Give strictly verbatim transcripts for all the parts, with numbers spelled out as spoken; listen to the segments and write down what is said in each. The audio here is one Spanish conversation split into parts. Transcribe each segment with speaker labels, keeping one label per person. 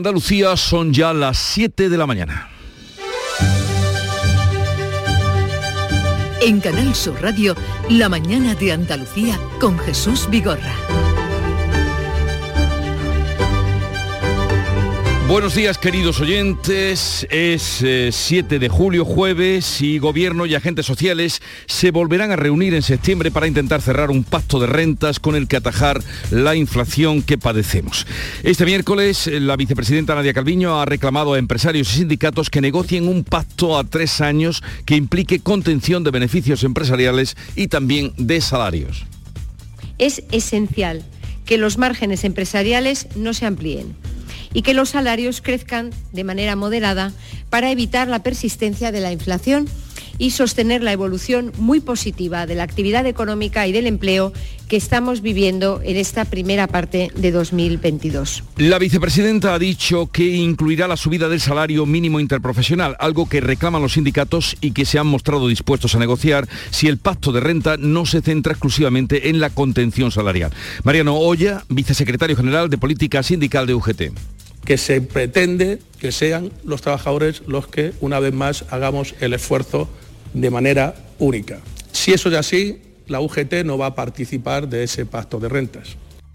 Speaker 1: Andalucía, son ya las siete de la mañana.
Speaker 2: En Canal Sur Radio, La mañana de Andalucía con Jesús Vigorra.
Speaker 1: Buenos días, queridos oyentes. Es eh, siete de julio, jueves, y Gobierno y agentes sociales se volverán a reunir en septiembre para intentar cerrar un pacto de rentas con el que atajar la inflación que padecemos. Este miércoles, la vicepresidenta Nadia Calviño ha reclamado a empresarios y sindicatos que negocien un pacto a tres años que implique contención de beneficios empresariales y también de salarios.
Speaker 3: Es esencial que los márgenes empresariales no se amplíen y que los salarios crezcan de manera moderada para evitar la persistencia de la inflación y sostener la evolución muy positiva de la actividad económica y del empleo que estamos viviendo en esta primera parte de dos mil veintidós.
Speaker 1: La vicepresidenta ha dicho que incluirá la subida del salario mínimo interprofesional, algo que reclaman los sindicatos y que se han mostrado dispuestos a negociar si el pacto de renta no se centra exclusivamente en la contención salarial. Mariano Oya, vicesecretario general de Política Sindical de U G T.
Speaker 4: Que se pretende que sean los trabajadores los que, una vez más, hagamos el esfuerzo de manera única. Si eso es así, la U G T no va a participar de ese pacto de rentas.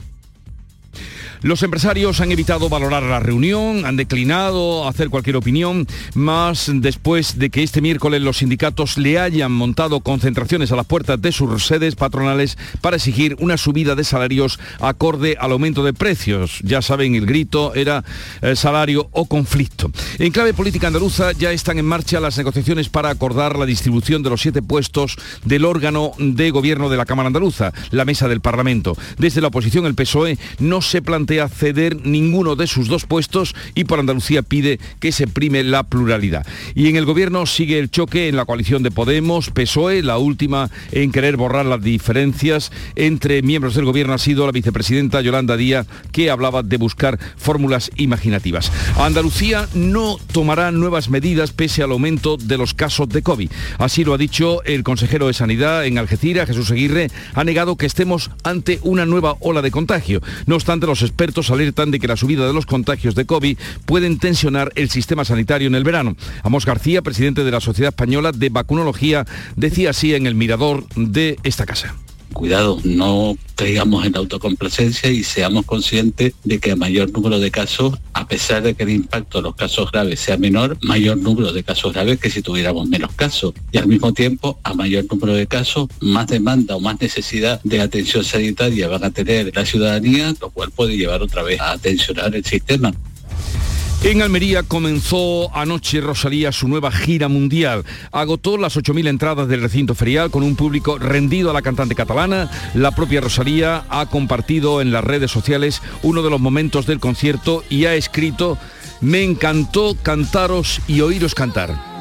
Speaker 1: Los empresarios han evitado valorar la reunión, han declinado hacer cualquier opinión, más después de que este miércoles los sindicatos le hayan montado concentraciones a las puertas de sus sedes patronales para exigir una subida de salarios acorde al aumento de precios. Ya saben, el grito era eh, salario o conflicto. En clave política andaluza ya están en marcha las negociaciones para acordar la distribución de los siete puestos del órgano de gobierno de la Cámara Andaluza, la Mesa del Parlamento. Desde la oposición, el P S O E no se plantea a ceder ninguno de sus dos puestos y por Andalucía pide que se prime la pluralidad. Y en el gobierno sigue el choque en la coalición de Podemos, P S O E, la última en querer borrar las diferencias entre miembros del gobierno ha sido la vicepresidenta Yolanda Díaz, que hablaba de buscar fórmulas imaginativas. Andalucía no tomará nuevas medidas pese al aumento de los casos de COVID. Así lo ha dicho el consejero de Sanidad en Algeciras, Jesús Aguirre. Ha negado que estemos ante una nueva ola de contagio. No obstante, los expertos alertan de que la subida de los contagios de COVID pueden tensionar el sistema sanitario en el verano. Amos García, presidente de la Sociedad Española de Vacunología, decía así en el mirador de esta casa.
Speaker 5: Cuidado, no caigamos en autocomplacencia y seamos conscientes de que a mayor número de casos, a pesar de que el impacto de los casos graves sea menor, mayor número de casos graves que si tuviéramos menos casos. Y al mismo tiempo, a mayor número de casos, más demanda o más necesidad de atención sanitaria van a tener la ciudadanía, lo cual puede llevar otra vez a tensionar el sistema.
Speaker 1: En Almería comenzó anoche Rosalía su nueva gira mundial. Agotó las ocho mil entradas del recinto ferial con un público rendido a la cantante catalana. La propia Rosalía ha compartido en las redes sociales uno de los momentos del concierto y ha escrito: me encantó cantaros y oíros cantar.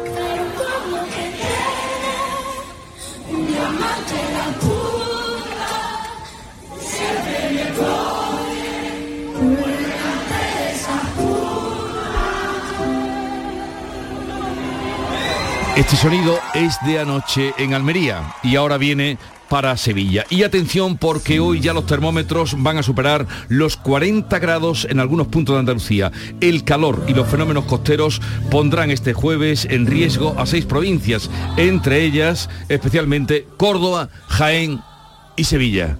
Speaker 1: Este sonido es de anoche en Almería y ahora viene para Sevilla. Y atención, porque hoy ya los termómetros van a superar los cuarenta grados en algunos puntos de Andalucía. El calor y los fenómenos costeros pondrán este jueves en riesgo a seis provincias, entre ellas especialmente Córdoba, Jaén y Sevilla.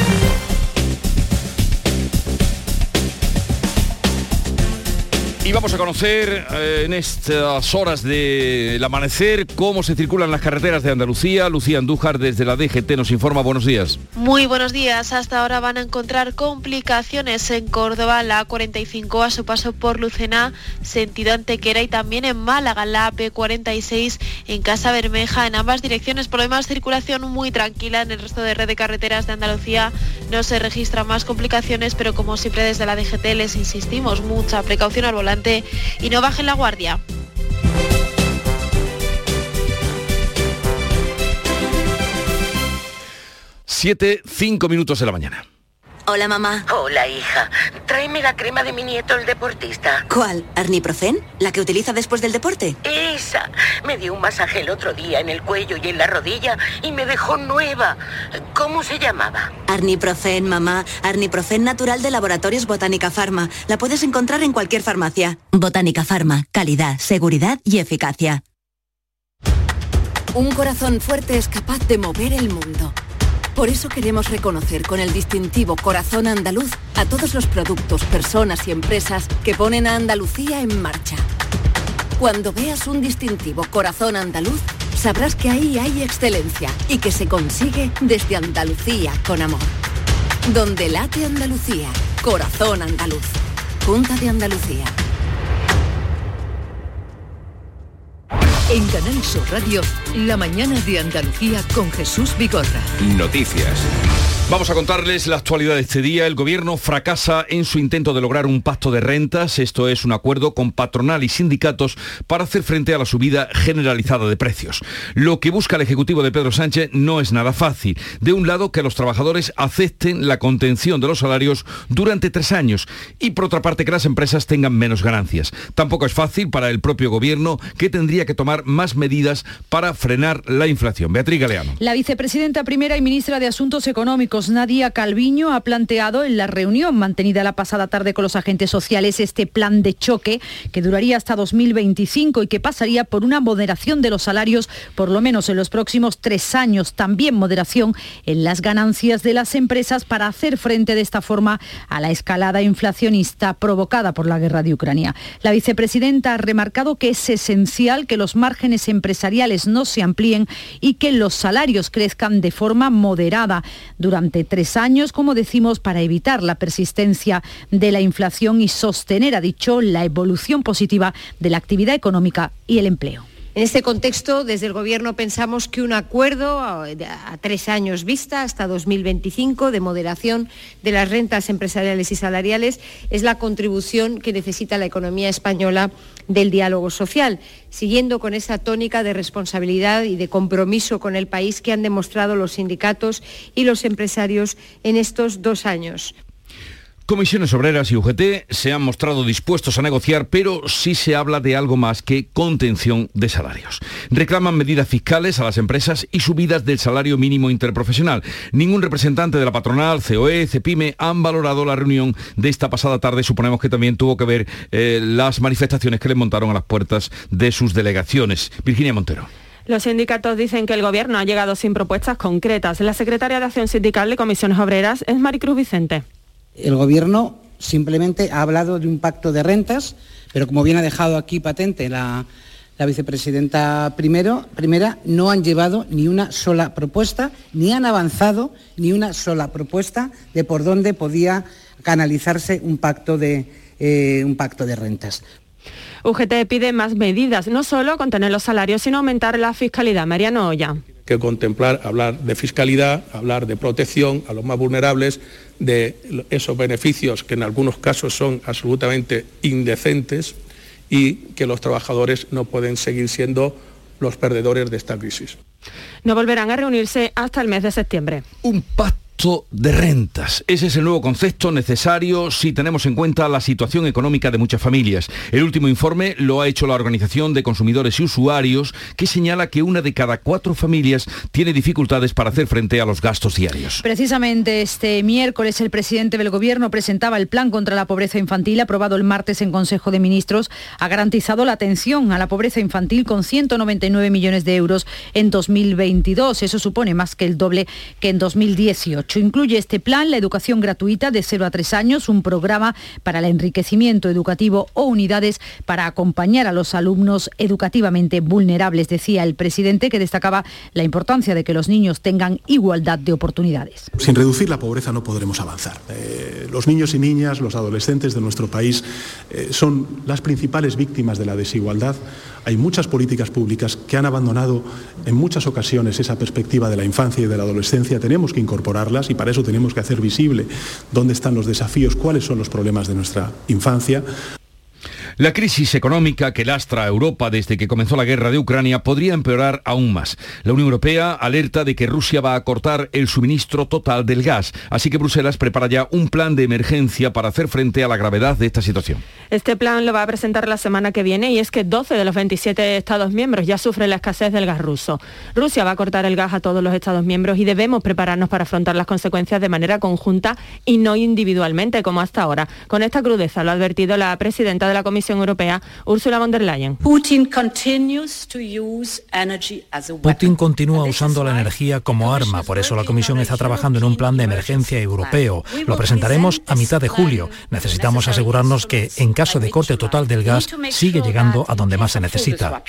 Speaker 1: Y vamos a conocer eh, en estas horas del amanecer cómo se circulan las carreteras de Andalucía. Lucía Andújar desde la D G T nos informa. Buenos días.
Speaker 6: Muy buenos días. Hasta ahora van a encontrar complicaciones en Córdoba, la A cuarenta y cinco a su paso por Lucena, sentido Antequera, y también en Málaga, la A P cuarenta y seis en Casa Bermeja, en ambas direcciones. Por lo demás, circulación muy tranquila en el resto de red de carreteras de Andalucía. No se registran más complicaciones, pero como siempre desde la D G T les insistimos, mucha precaución al volante y no bajen la guardia.
Speaker 1: Siete, cinco minutos de la mañana.
Speaker 7: Hola, mamá.
Speaker 8: Hola, hija. Tráeme la crema de mi nieto, el deportista.
Speaker 7: ¿Cuál? ¿Arniprofen? ¿La que utiliza después del deporte?
Speaker 8: Esa. Me dio un masaje el otro día en el cuello y en la rodilla y me dejó nueva. ¿Cómo se llamaba?
Speaker 7: Arniprofen, mamá. Arniprofen natural de Laboratorios Botánica Pharma. La puedes encontrar en cualquier farmacia. Botánica Pharma. Calidad, seguridad y eficacia.
Speaker 2: Un corazón fuerte es capaz de mover el mundo. Por eso queremos reconocer con el distintivo Corazón Andaluz a todos los productos, personas y empresas que ponen a Andalucía en marcha. Cuando veas un distintivo Corazón Andaluz, sabrás que ahí hay excelencia y que se consigue desde Andalucía con amor. Donde late Andalucía, Corazón Andaluz. Junta de Andalucía. En Canal Sur Radio, la mañana de Andalucía con Jesús Vigorra.
Speaker 1: Noticias. Vamos a contarles la actualidad de este día. El Gobierno fracasa en su intento de lograr un pacto de rentas. Esto es un acuerdo con patronal y sindicatos para hacer frente a la subida generalizada de precios. Lo que busca el Ejecutivo de Pedro Sánchez no es nada fácil. De un lado, que los trabajadores acepten la contención de los salarios durante tres años y, por otra parte, que las empresas tengan menos ganancias. Tampoco es fácil para el propio Gobierno, que tendría que tomar más medidas para frenar la inflación. Beatriz Galeano.
Speaker 9: La vicepresidenta primera y ministra de Asuntos Económicos, Nadia Calviño, ha planteado en la reunión mantenida la pasada tarde con los agentes sociales este plan de choque que duraría hasta dos mil veinticinco y que pasaría por una moderación de los salarios por lo menos en los próximos tres años. También moderación en las ganancias de las empresas para hacer frente de esta forma a la escalada inflacionista provocada por la guerra de Ucrania. La vicepresidenta ha remarcado que es esencial que los márgenes empresariales no se amplíen y que los salarios crezcan de forma moderada durante tres años, como decimos, para evitar la persistencia de la inflación y sostener, ha dicho, la evolución positiva de la actividad económica y el empleo.
Speaker 3: En este contexto, desde el Gobierno pensamos que un acuerdo a, a tres años vista, hasta dos mil veinticinco, de moderación de las rentas empresariales y salariales, es la contribución que necesita la economía española del diálogo social, siguiendo con esa tónica de responsabilidad y de compromiso con el país que han demostrado los sindicatos y los empresarios en estos dos años.
Speaker 1: Comisiones Obreras y U G T se han mostrado dispuestos a negociar, pero sí se habla de algo más que contención de salarios. Reclaman medidas fiscales a las empresas y subidas del salario mínimo interprofesional. Ningún representante de la patronal, C O E, CEPIME, han valorado la reunión de esta pasada tarde. Suponemos que también tuvo que ver eh, las manifestaciones que le montaron a las puertas de sus delegaciones. Virginia Montero.
Speaker 10: Los sindicatos dicen que el Gobierno ha llegado sin propuestas concretas. La secretaria de Acción Sindical de Comisiones Obreras es Maricruz Vicente.
Speaker 11: El Gobierno simplemente ha hablado de un pacto de rentas, pero como bien ha dejado aquí patente la, la vicepresidenta primero, primera, no han llevado ni una sola propuesta, ni han avanzado ni una sola propuesta de por dónde podía canalizarse un pacto de, eh, un pacto de rentas.
Speaker 10: U G T pide más medidas, no solo contener los salarios, sino aumentar la fiscalidad. Mariano Oya.
Speaker 4: Que contemplar, hablar de fiscalidad, hablar de protección a los más vulnerables, de esos beneficios que en algunos casos son absolutamente indecentes y que los trabajadores no pueden seguir siendo los perdedores de esta crisis.
Speaker 10: No volverán a reunirse hasta el mes de septiembre.
Speaker 1: Un pacto de rentas. Ese es el nuevo concepto necesario si tenemos en cuenta la situación económica de muchas familias. El último informe lo ha hecho la Organización de Consumidores y Usuarios, que señala que una de cada cuatro familias tiene dificultades para hacer frente a los gastos diarios.
Speaker 9: Precisamente este miércoles el presidente del Gobierno presentaba el plan contra la pobreza infantil, aprobado el martes en Consejo de Ministros. Ha garantizado la atención a la pobreza infantil con ciento noventa y nueve millones de euros en dos mil veintidós. Eso supone más que el doble que en dos mil dieciocho. Incluye este plan la educación gratuita de cero a tres años, un programa para el enriquecimiento educativo o unidades para acompañar a los alumnos educativamente vulnerables, decía el presidente, que destacaba la importancia de que los niños tengan igualdad de oportunidades.
Speaker 12: Sin reducir la pobreza no podremos avanzar. Eh, los niños y niñas, los adolescentes de nuestro país eh, son las principales víctimas de la desigualdad. Hay muchas políticas públicas que han abandonado en muchas ocasiones esa perspectiva de la infancia y de la adolescencia. Tenemos que incorporarlas y para eso tenemos que hacer visible dónde están los desafíos, cuáles son los problemas de nuestra infancia.
Speaker 1: La crisis económica que lastra a Europa desde que comenzó la guerra de Ucrania podría empeorar aún más. La Unión Europea alerta de que Rusia va a cortar el suministro total del gas, así que Bruselas prepara ya un plan de emergencia para hacer frente a la gravedad de esta situación.
Speaker 10: Este plan lo va a presentar la semana que viene y es que doce de los veintisiete Estados miembros ya sufren la escasez del gas ruso. Rusia va a cortar el gas a todos los Estados miembros y debemos prepararnos para afrontar las consecuencias de manera conjunta y no individualmente como hasta ahora. Con esta crudeza lo ha advertido la presidenta de la Comisión Europea, Ursula von der Leyen.
Speaker 13: Putin continúa usando la energía como arma, por eso la Comisión está trabajando en un plan de emergencia europeo. Lo presentaremos a mitad de julio. Necesitamos asegurarnos que, en caso de corte total del gas, sigue llegando a donde más se necesita.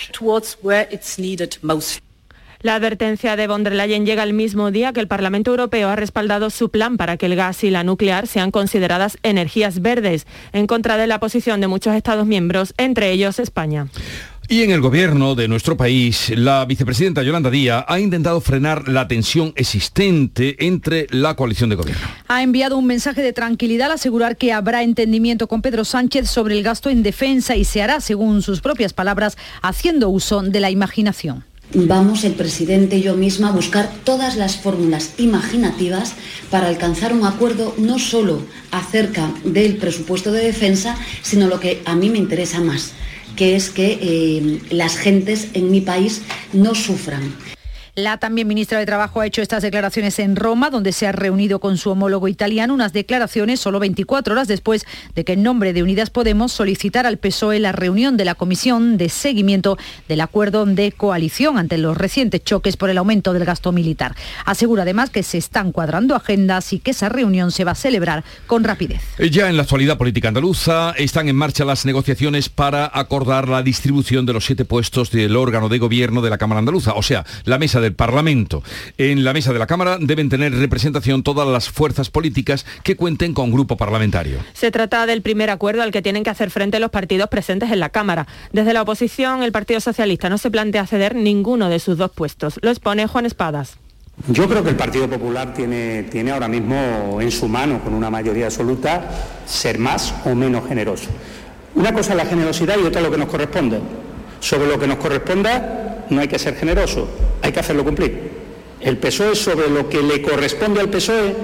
Speaker 10: La advertencia de von der Leyen llega el mismo día que el Parlamento Europeo ha respaldado su plan para que el gas y la nuclear sean consideradas energías verdes, en contra de la posición de muchos Estados miembros, entre ellos España.
Speaker 1: Y en el gobierno de nuestro país, la vicepresidenta Yolanda Díaz ha intentado frenar la tensión existente entre la coalición de gobierno.
Speaker 9: Ha enviado un mensaje de tranquilidad al asegurar que habrá entendimiento con Pedro Sánchez sobre el gasto en defensa y se hará, según sus propias palabras, haciendo uso de la imaginación.
Speaker 14: Vamos, el presidente y yo misma, a buscar todas las fórmulas imaginativas para alcanzar un acuerdo no solo acerca del presupuesto de defensa, sino lo que a mí me interesa más, que es que eh, las gentes en mi país no sufran.
Speaker 9: La también ministra de Trabajo ha hecho estas declaraciones en Roma, donde se ha reunido con su homólogo italiano, unas declaraciones solo veinticuatro horas después de que en nombre de Unidas Podemos solicitara al P S O E la reunión de la Comisión de Seguimiento del Acuerdo de Coalición ante los recientes choques por el aumento del gasto militar. Asegura además que se están cuadrando agendas y que esa reunión se va a celebrar con rapidez.
Speaker 1: Ya en la actualidad política andaluza están en marcha las negociaciones para acordar la distribución de los siete puestos del órgano de gobierno de la Cámara Andaluza, o sea, la mesa del Parlamento. En la mesa de la Cámara deben tener representación todas las fuerzas políticas que cuenten con grupo parlamentario.
Speaker 10: Se trata del primer acuerdo al que tienen que hacer frente los partidos presentes en la Cámara. Desde la oposición, el Partido Socialista no se plantea ceder ninguno de sus dos puestos. Lo expone Juan Espadas.
Speaker 15: Yo creo que el Partido Popular tiene, tiene ahora mismo en su mano, con una mayoría absoluta, ser más o menos generoso. Una cosa es la generosidad y otra lo que nos corresponde. Sobre lo que nos corresponda no hay que ser generoso, hay que hacerlo cumplir. El P S O E, sobre lo que le corresponde al P S O E,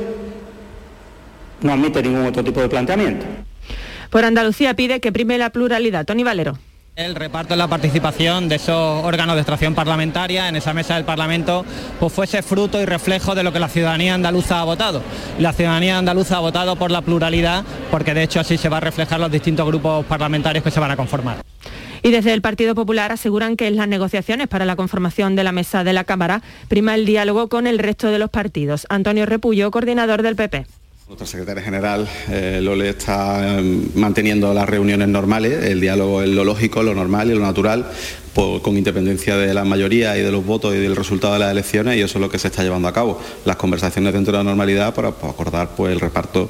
Speaker 15: no admite ningún otro tipo de planteamiento.
Speaker 10: Por Andalucía pide que prime la pluralidad. Tony Valero.
Speaker 16: El reparto de la participación de esos órganos de extracción parlamentaria en esa mesa del Parlamento pues fuese fruto y reflejo de lo que la ciudadanía andaluza ha votado. La ciudadanía andaluza ha votado por la pluralidad, porque de hecho así se va a reflejar los distintos grupos parlamentarios que se van a conformar.
Speaker 10: Y desde el Partido Popular aseguran que en las negociaciones para la conformación de la mesa de la Cámara prima el diálogo con el resto de los partidos. Antonio Repullo, coordinador del P P.
Speaker 17: Nuestra secretaria general, eh, Lole, está eh, manteniendo las reuniones normales, el diálogo es lo lógico, lo normal y lo natural, por, con independencia de la mayoría y de los votos y del resultado de las elecciones, y eso es lo que se está llevando a cabo. Las conversaciones dentro de la normalidad para, para acordar pues, el reparto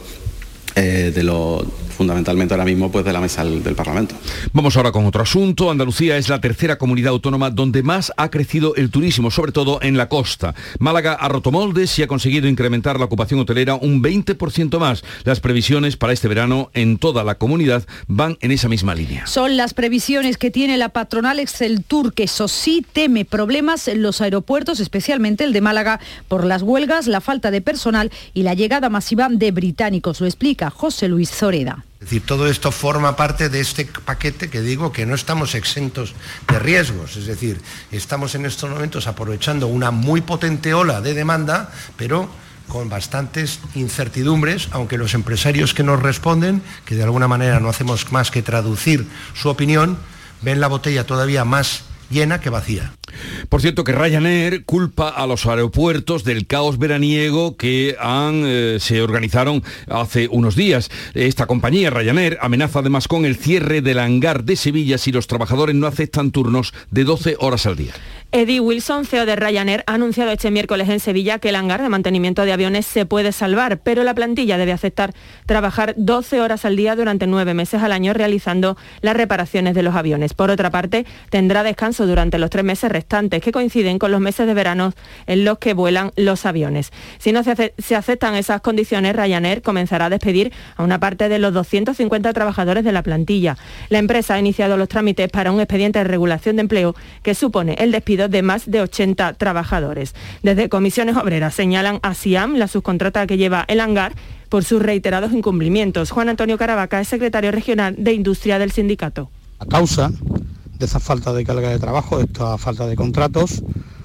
Speaker 17: eh, de lo fundamentalmente ahora mismo pues de la mesa del, del Parlamento.
Speaker 1: Vamos ahora con otro asunto. Andalucía es la tercera comunidad autónoma donde más ha crecido el turismo, sobre todo en la costa. Málaga ha roto moldes y ha conseguido incrementar la ocupación hotelera un veinte por ciento más. Las previsiones para este verano en toda la comunidad van en esa misma línea.
Speaker 9: Son las previsiones que tiene la patronal Exceltur, que eso sí teme problemas en los aeropuertos, especialmente el de Málaga, por las huelgas, la falta de personal y la llegada masiva de británicos. Lo explica José Luis Zoreda.
Speaker 18: Es decir, todo esto forma parte de este paquete que digo que no estamos exentos de riesgos. Es decir, estamos en estos momentos aprovechando una muy potente ola de demanda, pero con bastantes incertidumbres, aunque los empresarios que nos responden, que de alguna manera no hacemos más que traducir su opinión, ven la botella todavía más llena que vacía.
Speaker 1: Por cierto, que Ryanair culpa a los aeropuertos del caos veraniego que han, eh, se organizaron hace unos días. Esta compañía, Ryanair, amenaza además con el cierre del hangar de Sevilla si los trabajadores no aceptan turnos de doce horas al día.
Speaker 10: Eddie Wilson, C E O de Ryanair, ha anunciado este miércoles en Sevilla que el hangar de mantenimiento de aviones se puede salvar, pero la plantilla debe aceptar trabajar doce horas al día durante nueve meses al año realizando las reparaciones de los aviones. Por otra parte, tendrá descanso durante los tres meses restantes importantes que coinciden con los meses de verano en los que vuelan los aviones. Si no se, ace- se aceptan esas condiciones, Ryanair comenzará a despedir a una parte de los doscientos cincuenta trabajadores de la plantilla. La empresa ha iniciado los trámites para un expediente de regulación de empleo que supone el despido de más de ochenta trabajadores. Desde Comisiones Obreras señalan a Siam, la subcontrata que lleva el hangar, por sus reiterados incumplimientos. Juan Antonio Caravaca es secretario regional de Industria del sindicato.
Speaker 19: A causa de esa falta de carga de trabajo, de esta falta de contratos,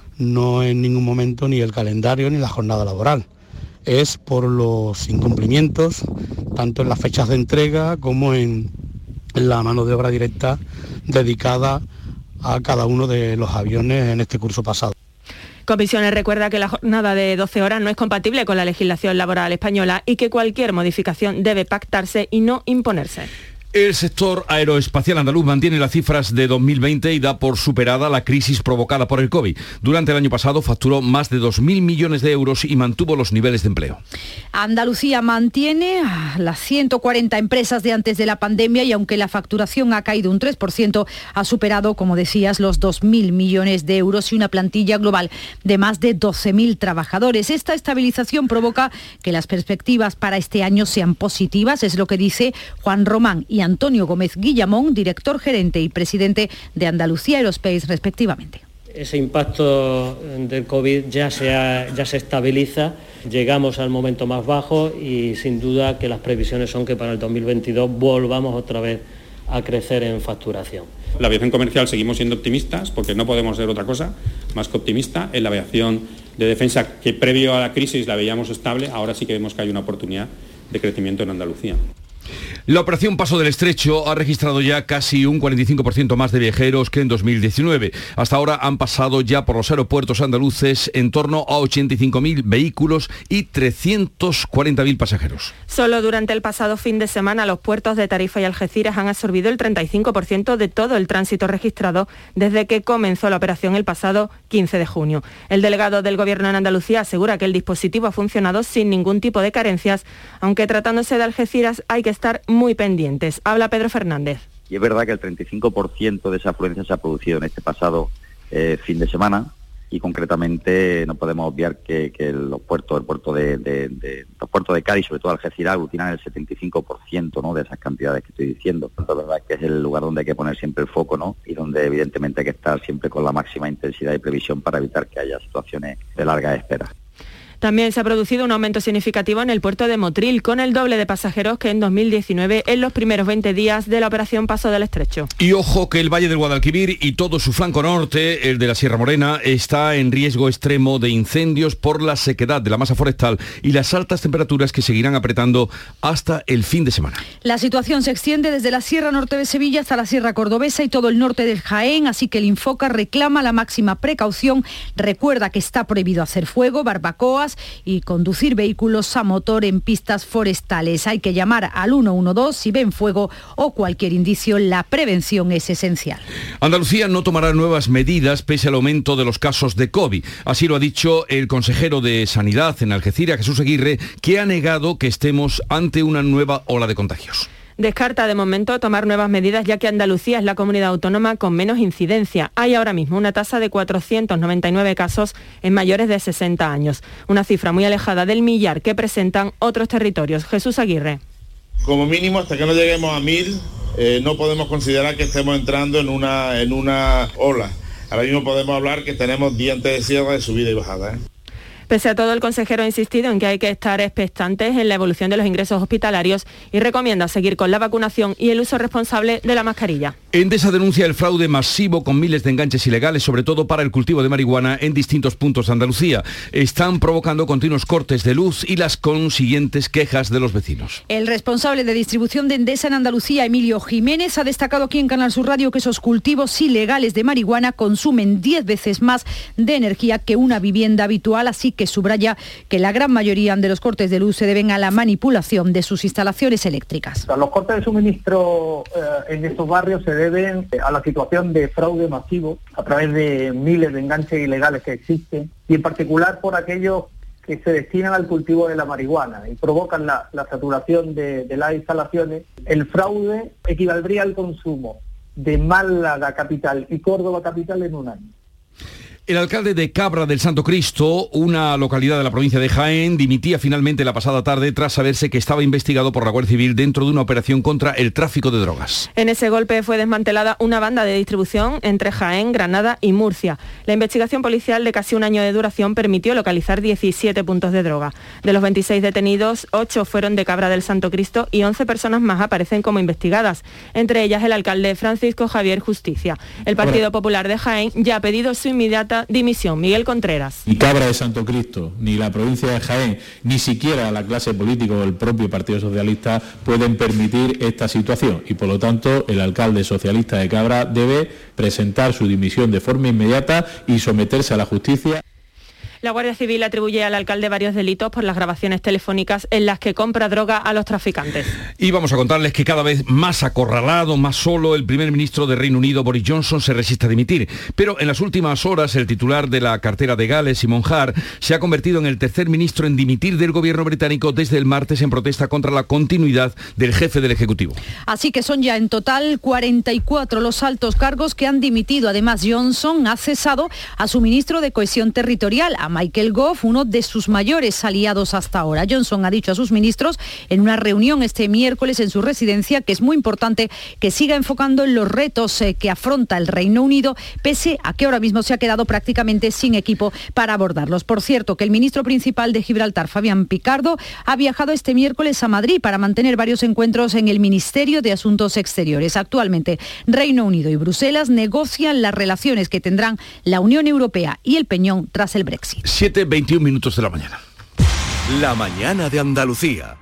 Speaker 19: no en ningún momento ni el calendario ni la jornada laboral. Es por los incumplimientos, tanto en las fechas de entrega como en la mano de obra directa dedicada a cada uno de los aviones en este curso pasado.
Speaker 10: Comisiones recuerda que la jornada de doce horas no es compatible con la legislación laboral española y que cualquier modificación debe pactarse y no imponerse.
Speaker 1: El sector aeroespacial andaluz mantiene las cifras de dos mil veinte y da por superada la crisis provocada por el COVID. Durante el año pasado facturó más de dos mil millones de euros y mantuvo los niveles de empleo.
Speaker 9: Andalucía mantiene las ciento cuarenta empresas de antes de la pandemia y aunque la facturación ha caído un tres por ciento, ha superado, como decías, los dos mil millones de euros y una plantilla global de más de doce mil trabajadores. Esta estabilización provoca que las perspectivas para este año sean positivas, es lo que dice Juan Román y Antonio Gómez Guillamón, director gerente y presidente de Andalucía Aerospace, respectivamente.
Speaker 20: Ese impacto del COVID ya se, ha, ya se estabiliza, llegamos al momento más bajo y sin duda que las previsiones son que para el dos mil veintidós volvamos otra vez a crecer en facturación.
Speaker 21: La aviación comercial seguimos siendo optimistas porque no podemos ser otra cosa más que optimista. En la aviación de defensa, que previo a la crisis la veíamos estable, ahora sí que vemos que hay una oportunidad de crecimiento en Andalucía.
Speaker 1: La operación Paso del Estrecho ha registrado ya casi un cuarenta y cinco por ciento más de viajeros que en dos mil diecinueve. Hasta ahora han pasado ya por los aeropuertos andaluces en torno a ochenta y cinco mil vehículos y trescientos cuarenta mil pasajeros.
Speaker 10: Solo durante el pasado fin de semana los puertos de Tarifa y Algeciras han absorbido el treinta y cinco por ciento de todo el tránsito registrado desde que comenzó la operación el pasado quince de junio. El delegado del Gobierno en Andalucía asegura que el dispositivo ha funcionado sin ningún tipo de carencias, aunque tratándose de Algeciras hay que estar muy pendientes. Habla Pedro Fernández.
Speaker 22: Y es verdad que el treinta y cinco por ciento de esa afluencia se ha producido en este pasado eh, fin de semana y concretamente no podemos obviar que, que los puertos, el puerto de, de, de los puertos de Cádiz, sobre todo Algeciras, aglutinan el setenta y cinco por ciento, ¿no?, de esas cantidades que estoy diciendo. La verdad es que es el lugar donde hay que poner siempre el foco, ¿no?, y donde evidentemente hay que estar siempre con la máxima intensidad y previsión para evitar que haya situaciones de larga espera.
Speaker 10: También se ha producido un aumento significativo en el puerto de Motril, con el doble de pasajeros que en dos mil diecinueve en los primeros veinte días de la operación Paso del Estrecho.
Speaker 1: Y ojo que el Valle del Guadalquivir y todo su flanco norte, el de la Sierra Morena, está en riesgo extremo de incendios por la sequedad de la masa forestal y las altas temperaturas que seguirán apretando hasta el fin de semana.
Speaker 9: La situación se extiende desde la Sierra Norte de Sevilla hasta la Sierra Cordobesa y todo el norte del Jaén, así que el Infoca reclama la máxima precaución. Recuerda que está prohibido hacer fuego, barbacoas y conducir vehículos a motor en pistas forestales. Hay que llamar al uno uno dos si ven fuego o cualquier indicio. La prevención es esencial.
Speaker 1: Andalucía no tomará nuevas medidas pese al aumento de los casos de COVID. Así lo ha dicho el consejero de Sanidad en Algeciras, Jesús Aguirre, que ha negado que estemos ante una nueva ola de contagios.
Speaker 10: Descarta de momento tomar nuevas medidas, ya que Andalucía es la comunidad autónoma con menos incidencia. Hay ahora mismo una tasa de cuatrocientos noventa y nueve casos en mayores de sesenta años, una cifra muy alejada del millar que presentan otros territorios. Jesús Aguirre.
Speaker 23: Como mínimo, hasta que no lleguemos a mil, eh, no podemos considerar que estemos entrando en una, en una ola. Ahora mismo podemos hablar que tenemos dientes de sierra de subida y bajada, ¿eh?
Speaker 10: Pese a todo, el consejero ha insistido en que hay que estar expectantes en la evolución de los ingresos hospitalarios y recomienda seguir con la vacunación y el uso responsable de la mascarilla.
Speaker 1: Endesa denuncia el fraude masivo con miles de enganches ilegales, sobre todo para el cultivo de marihuana en distintos puntos de Andalucía. Están provocando continuos cortes de luz y las consiguientes quejas de los vecinos.
Speaker 9: El responsable de distribución de Endesa en Andalucía, Emilio Jiménez, ha destacado aquí en Canal Sur Radio que esos cultivos ilegales de marihuana consumen diez veces más de energía que una vivienda habitual, así que que subraya que la gran mayoría de los cortes de luz se deben a la manipulación de sus instalaciones eléctricas.
Speaker 24: Los cortes de suministro eh, en estos barrios se deben a la situación de fraude masivo a través de miles de enganches ilegales que existen y en particular por aquellos que se destinan al cultivo de la marihuana y provocan la, la saturación de, de las instalaciones. El fraude equivaldría al consumo de Málaga capital y Córdoba capital en un año.
Speaker 1: El alcalde de Cabra del Santo Cristo, una localidad de la provincia de Jaén, dimitía finalmente la pasada tarde tras saberse que estaba investigado por la Guardia Civil dentro de una operación contra el tráfico de drogas.
Speaker 10: En ese golpe fue desmantelada una banda de distribución entre Jaén, Granada y Murcia. La investigación policial de casi un año de duración permitió localizar diecisiete puntos de droga. De los veintiséis detenidos, ocho fueron de Cabra del Santo Cristo y once personas más aparecen como investigadas, entre ellas el alcalde Francisco Javier Justicia. El Partido Popular de Jaén ya ha pedido su inmediata dimisión. Miguel Contreras.
Speaker 5: Ni Cabra de Santo Cristo, ni la provincia de Jaén, ni siquiera la clase política o el propio Partido Socialista pueden permitir esta situación y por lo tanto el alcalde socialista de Cabra debe presentar su dimisión de forma inmediata y someterse a la justicia.
Speaker 10: La Guardia Civil atribuye al alcalde varios delitos por las grabaciones telefónicas en las que compra droga a los traficantes.
Speaker 1: Y vamos a contarles que cada vez más acorralado, más solo, el primer ministro de Reino Unido, Boris Johnson, se resiste a dimitir. Pero en las últimas horas, el titular de la cartera de Gales, Simon Hart, se ha convertido en el tercer ministro en dimitir del gobierno británico desde el martes en protesta contra la continuidad del jefe del Ejecutivo.
Speaker 9: Así que son ya en total cuarenta y cuatro los altos cargos que han dimitido. Además, Johnson ha cesado a su ministro de Cohesión Territorial, a Michael Gove, uno de sus mayores aliados hasta ahora. Johnson ha dicho a sus ministros en una reunión este miércoles en su residencia que es muy importante que siga enfocando en los retos eh, que afronta el Reino Unido, pese a que ahora mismo se ha quedado prácticamente sin equipo para abordarlos. Por cierto, que el ministro principal de Gibraltar, Fabián Picardo, ha viajado este miércoles a Madrid para mantener varios encuentros en el Ministerio de Asuntos Exteriores. Actualmente, Reino Unido y Bruselas negocian las relaciones que tendrán la Unión Europea y el Peñón tras el Brexit.
Speaker 1: siete veintiún minutos de la mañana.
Speaker 6: La mañana de Andalucía.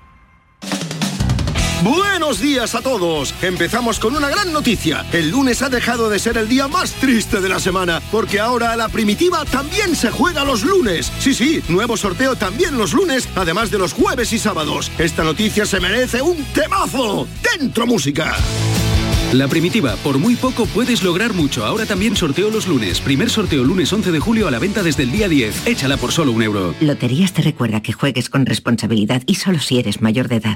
Speaker 6: Buenos días a todos. Empezamos con una gran noticia. El lunes ha dejado de ser el día más triste de la semana, porque ahora la Primitiva también se juega los lunes. Sí, sí, nuevo sorteo también los lunes, además de los jueves y sábados. Esta noticia se merece un temazo. ¡Dentro música!
Speaker 7: La Primitiva, por muy poco puedes lograr mucho. Ahora también sorteo los lunes. Primer sorteo lunes once de julio a la venta desde el día diez. Échala por solo un euro.
Speaker 8: Loterías te recuerda que juegues con responsabilidad y solo si eres mayor de edad.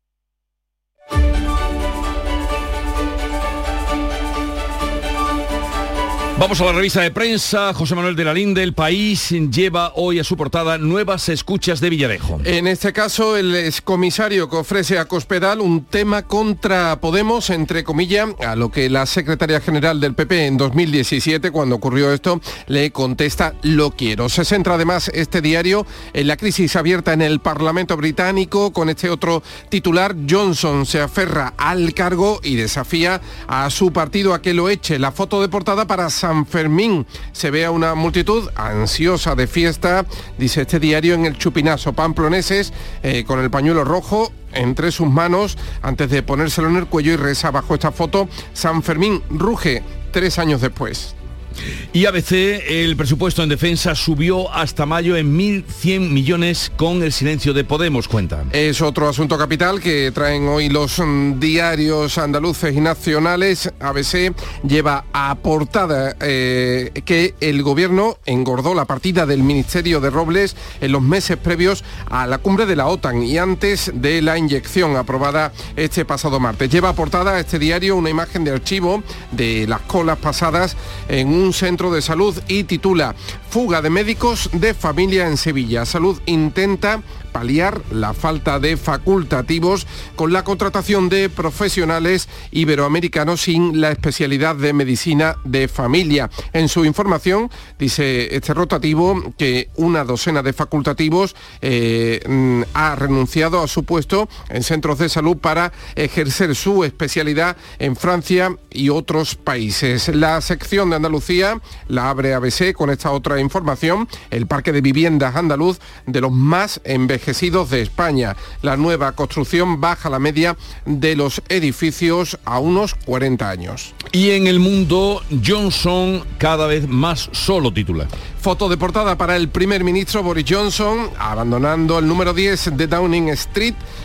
Speaker 1: Vamos a la revista de prensa. José Manuel de la Linde, El País, lleva hoy a su portada nuevas escuchas de Villarejo.
Speaker 25: En este caso, el excomisario que ofrece a Cospedal un tema contra Podemos, entre comillas, a lo que la secretaria general del P P en dos mil diecisiete, cuando ocurrió esto, le contesta: lo quiero. Se centra además este diario en la crisis abierta en el Parlamento británico, con este otro titular: Johnson se aferra al cargo y desafía a su partido a que lo eche. La foto de portada para San Fermín. Se ve a una multitud ansiosa de fiesta, dice este diario, en el Chupinazo. Pamploneses eh, con el pañuelo rojo entre sus manos antes de ponérselo en el cuello, y reza bajo esta foto: San Fermín ruge tres años después.
Speaker 1: Y A B C, el presupuesto en defensa subió hasta mayo en mil cien millones con el silencio de Podemos, cuenta.
Speaker 25: Es otro asunto capital que traen hoy los diarios andaluces y nacionales. A B C lleva a portada eh, que el gobierno engordó la partida del Ministerio de Robles en los meses previos a la cumbre de la OTAN y antes de la inyección aprobada este pasado martes. Lleva a portada a este diario una imagen de archivo de las colas pasadas en un centro de salud y titula: fuga de médicos de familia en Sevilla. Salud intenta paliar la falta de facultativos con la contratación de profesionales iberoamericanos sin la especialidad de medicina de familia. En su información dice este rotativo que una docena de facultativos eh, ha renunciado a su puesto en centros de salud para ejercer su especialidad en Francia y otros países. La sección de Andalucía la abre A B C con esta otra información: el parque de viviendas andaluz de los más envejecidos de España. La nueva construcción baja la media de los edificios a unos cuarenta años.
Speaker 1: Y en El Mundo, Johnson cada vez más solo, titula.
Speaker 25: Foto de portada para el primer ministro Boris Johnson, abandonando el número diez de Downing Street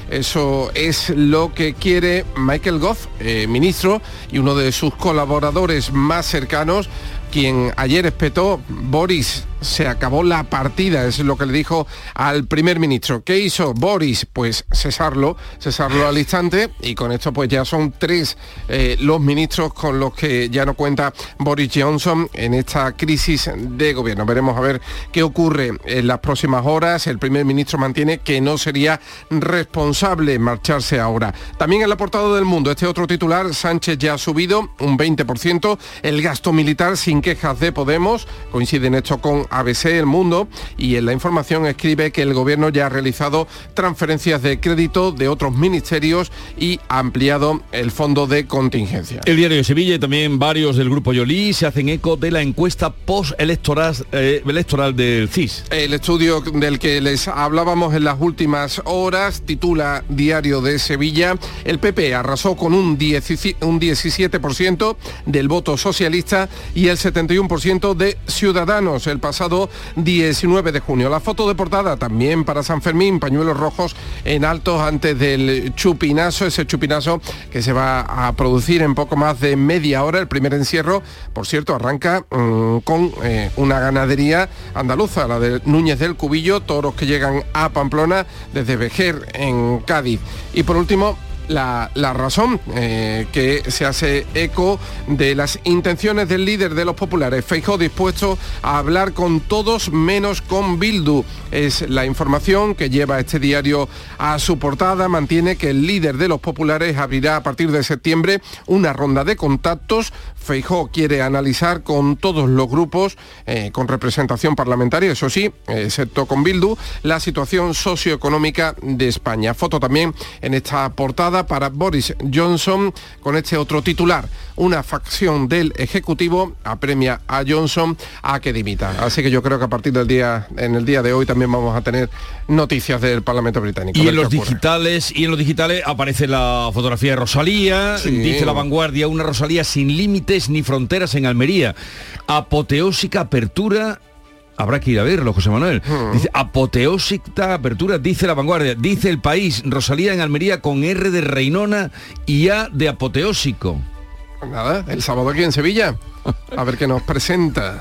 Speaker 25: Eso es lo que quiere Michael Gove, eh, ministro, y uno de sus colaboradores más cercanos, quien ayer espetó: Boris, se acabó la partida, es lo que le dijo al primer ministro. ¿Qué hizo Boris? Pues cesarlo, cesarlo al instante, y con esto pues ya son tres eh, los ministros con los que ya no cuenta Boris Johnson en esta crisis de gobierno. Veremos a ver qué ocurre en las próximas horas. El primer ministro mantiene que no sería responsable marcharse ahora. También en la portada del Mundo, este otro titular: Sánchez ya ha subido un veinte por ciento el gasto militar sin quejas de Podemos. Coinciden esto con A B C, El Mundo, y en la información escribe que el gobierno ya ha realizado transferencias de crédito de otros ministerios y ha ampliado el fondo de contingencia.
Speaker 1: El Diario de Sevilla y también varios del Grupo Yolí se hacen eco de la encuesta post-electoral eh, electoral del C I S.
Speaker 25: El estudio del que les hablábamos en las últimas horas titula Diario de Sevilla: el P P arrasó con un diecisiete por ciento del voto socialista y el setenta y uno por ciento de Ciudadanos el pasado diecinueve de junio. La foto de portada también para San Fermín: pañuelos rojos en altos antes del chupinazo, ese chupinazo que se va a producir en poco más de media hora. El primer encierro, por cierto, arranca mmm, con eh, una ganadería andaluza, la de Núñez del Cubillo, toros que llegan a Pamplona desde Vejer, en Cádiz. Y por último, La, la razón, eh, que se hace eco de las intenciones del líder de los populares. Feijóo dispuesto a hablar con todos menos con Bildu. Es la información que lleva este diario a su portada. Mantiene que el líder de los populares abrirá a partir de septiembre una ronda de contactos. Feijóo quiere analizar con todos los grupos eh, con representación parlamentaria, eso sí, excepto con Bildu, la situación socioeconómica de España. Foto también en esta portada para Boris Johnson con este otro titular: una facción del Ejecutivo apremia a Johnson a que dimita. Así que yo creo que a partir del día, en el día de hoy también vamos a tener noticias del Parlamento británico.
Speaker 1: Y en los digitales, y en los digitales aparece la fotografía de Rosalía. Sí. Dice La Vanguardia: una Rosalía sin límites ni fronteras en Almería. Apoteósica apertura. Habrá que ir a verlo, José Manuel. Dice, apoteósica apertura, dice La Vanguardia. Dice El País: Rosalía en Almería con R de reinona y A de apoteósico.
Speaker 25: Pues nada, el sábado aquí en Sevilla. A ver qué nos presenta.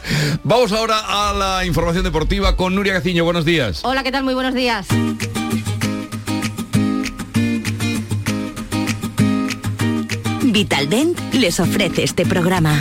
Speaker 1: Vamos ahora a la información deportiva con Nuria Gaciño. Buenos días.
Speaker 2: Hola, ¿qué tal? Muy buenos días.
Speaker 8: Vitaldent les ofrece este programa.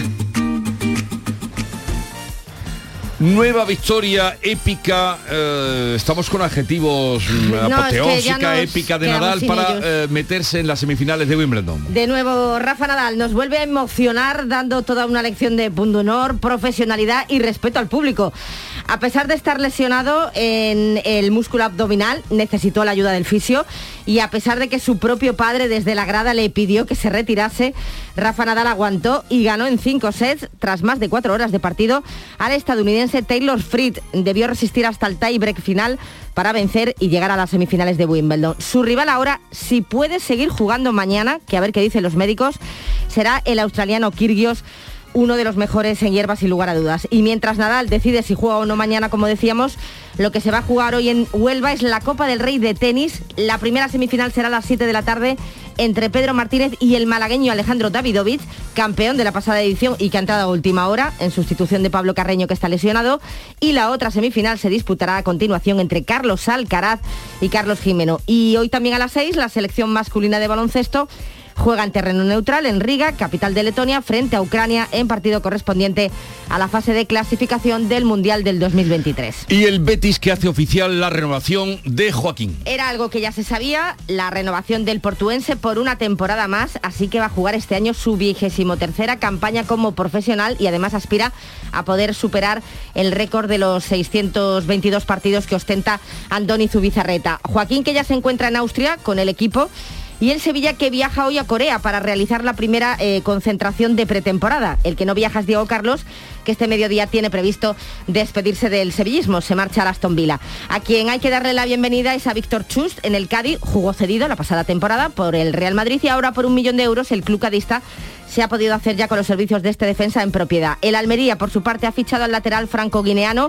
Speaker 1: Nueva victoria épica, eh, estamos con adjetivos no, apoteósica, es que épica de Nadal para eh, meterse en las semifinales de Wimbledon.
Speaker 2: De nuevo, Rafa Nadal nos vuelve a emocionar dando toda una lección de pundonor, profesionalidad y respeto al público. A pesar de estar lesionado en el músculo abdominal, necesitó la ayuda del fisio, y a pesar de que su propio padre desde la grada le pidió que se retirase, Rafa Nadal aguantó y ganó en cinco sets tras más de cuatro horas de partido al estadounidense Taylor Fritz. Debió resistir hasta el tie-break final para vencer y llegar a las semifinales de Wimbledon. Su rival ahora, si puede seguir jugando mañana, que a ver qué dicen los médicos, será el australiano Kyrgios, uno de los mejores en hierba sin lugar a dudas. Y mientras Nadal decide si juega o no mañana, como decíamos, lo que se va a jugar hoy en Huelva es la Copa del Rey de tenis. La primera semifinal será a las siete de la tarde entre Pedro Martínez y el malagueño Alejandro Davidovich, campeón de la pasada edición y que ha entrado a última hora en sustitución de Pablo Carreño, que está lesionado. Y la otra semifinal se disputará a continuación entre Carlos Alcaraz y Carlos Gimeno. Y hoy también a las seis, la selección masculina de baloncesto juega en terreno neutral en Riga, capital de Letonia, frente a Ucrania en partido correspondiente a la fase de clasificación del Mundial del dos mil veintitrés.
Speaker 1: Y el Betis, que hace oficial la renovación de Joaquín.
Speaker 2: Era algo que ya se sabía, la renovación del portuense por una temporada más, así que va a jugar este año su vigésimo tercera campaña como profesional y además aspira a poder superar el récord de los seiscientos veintidós partidos que ostenta Andoni Zubizarreta. Joaquín, que ya se encuentra en Austria con el equipo, y el Sevilla, que viaja hoy a Corea para realizar la primera eh, concentración de pretemporada. El que no viaja es Diego Carlos, que este mediodía tiene previsto despedirse del sevillismo. Se marcha a Aston Villa. A quien hay que darle la bienvenida es a Víctor Chust en el Cádiz. Jugó cedido la pasada temporada por el Real Madrid y ahora por un millón de euros el club cadista se ha podido hacer ya con los servicios de este defensa en propiedad. El Almería, por su parte, ha fichado al lateral franco-guineano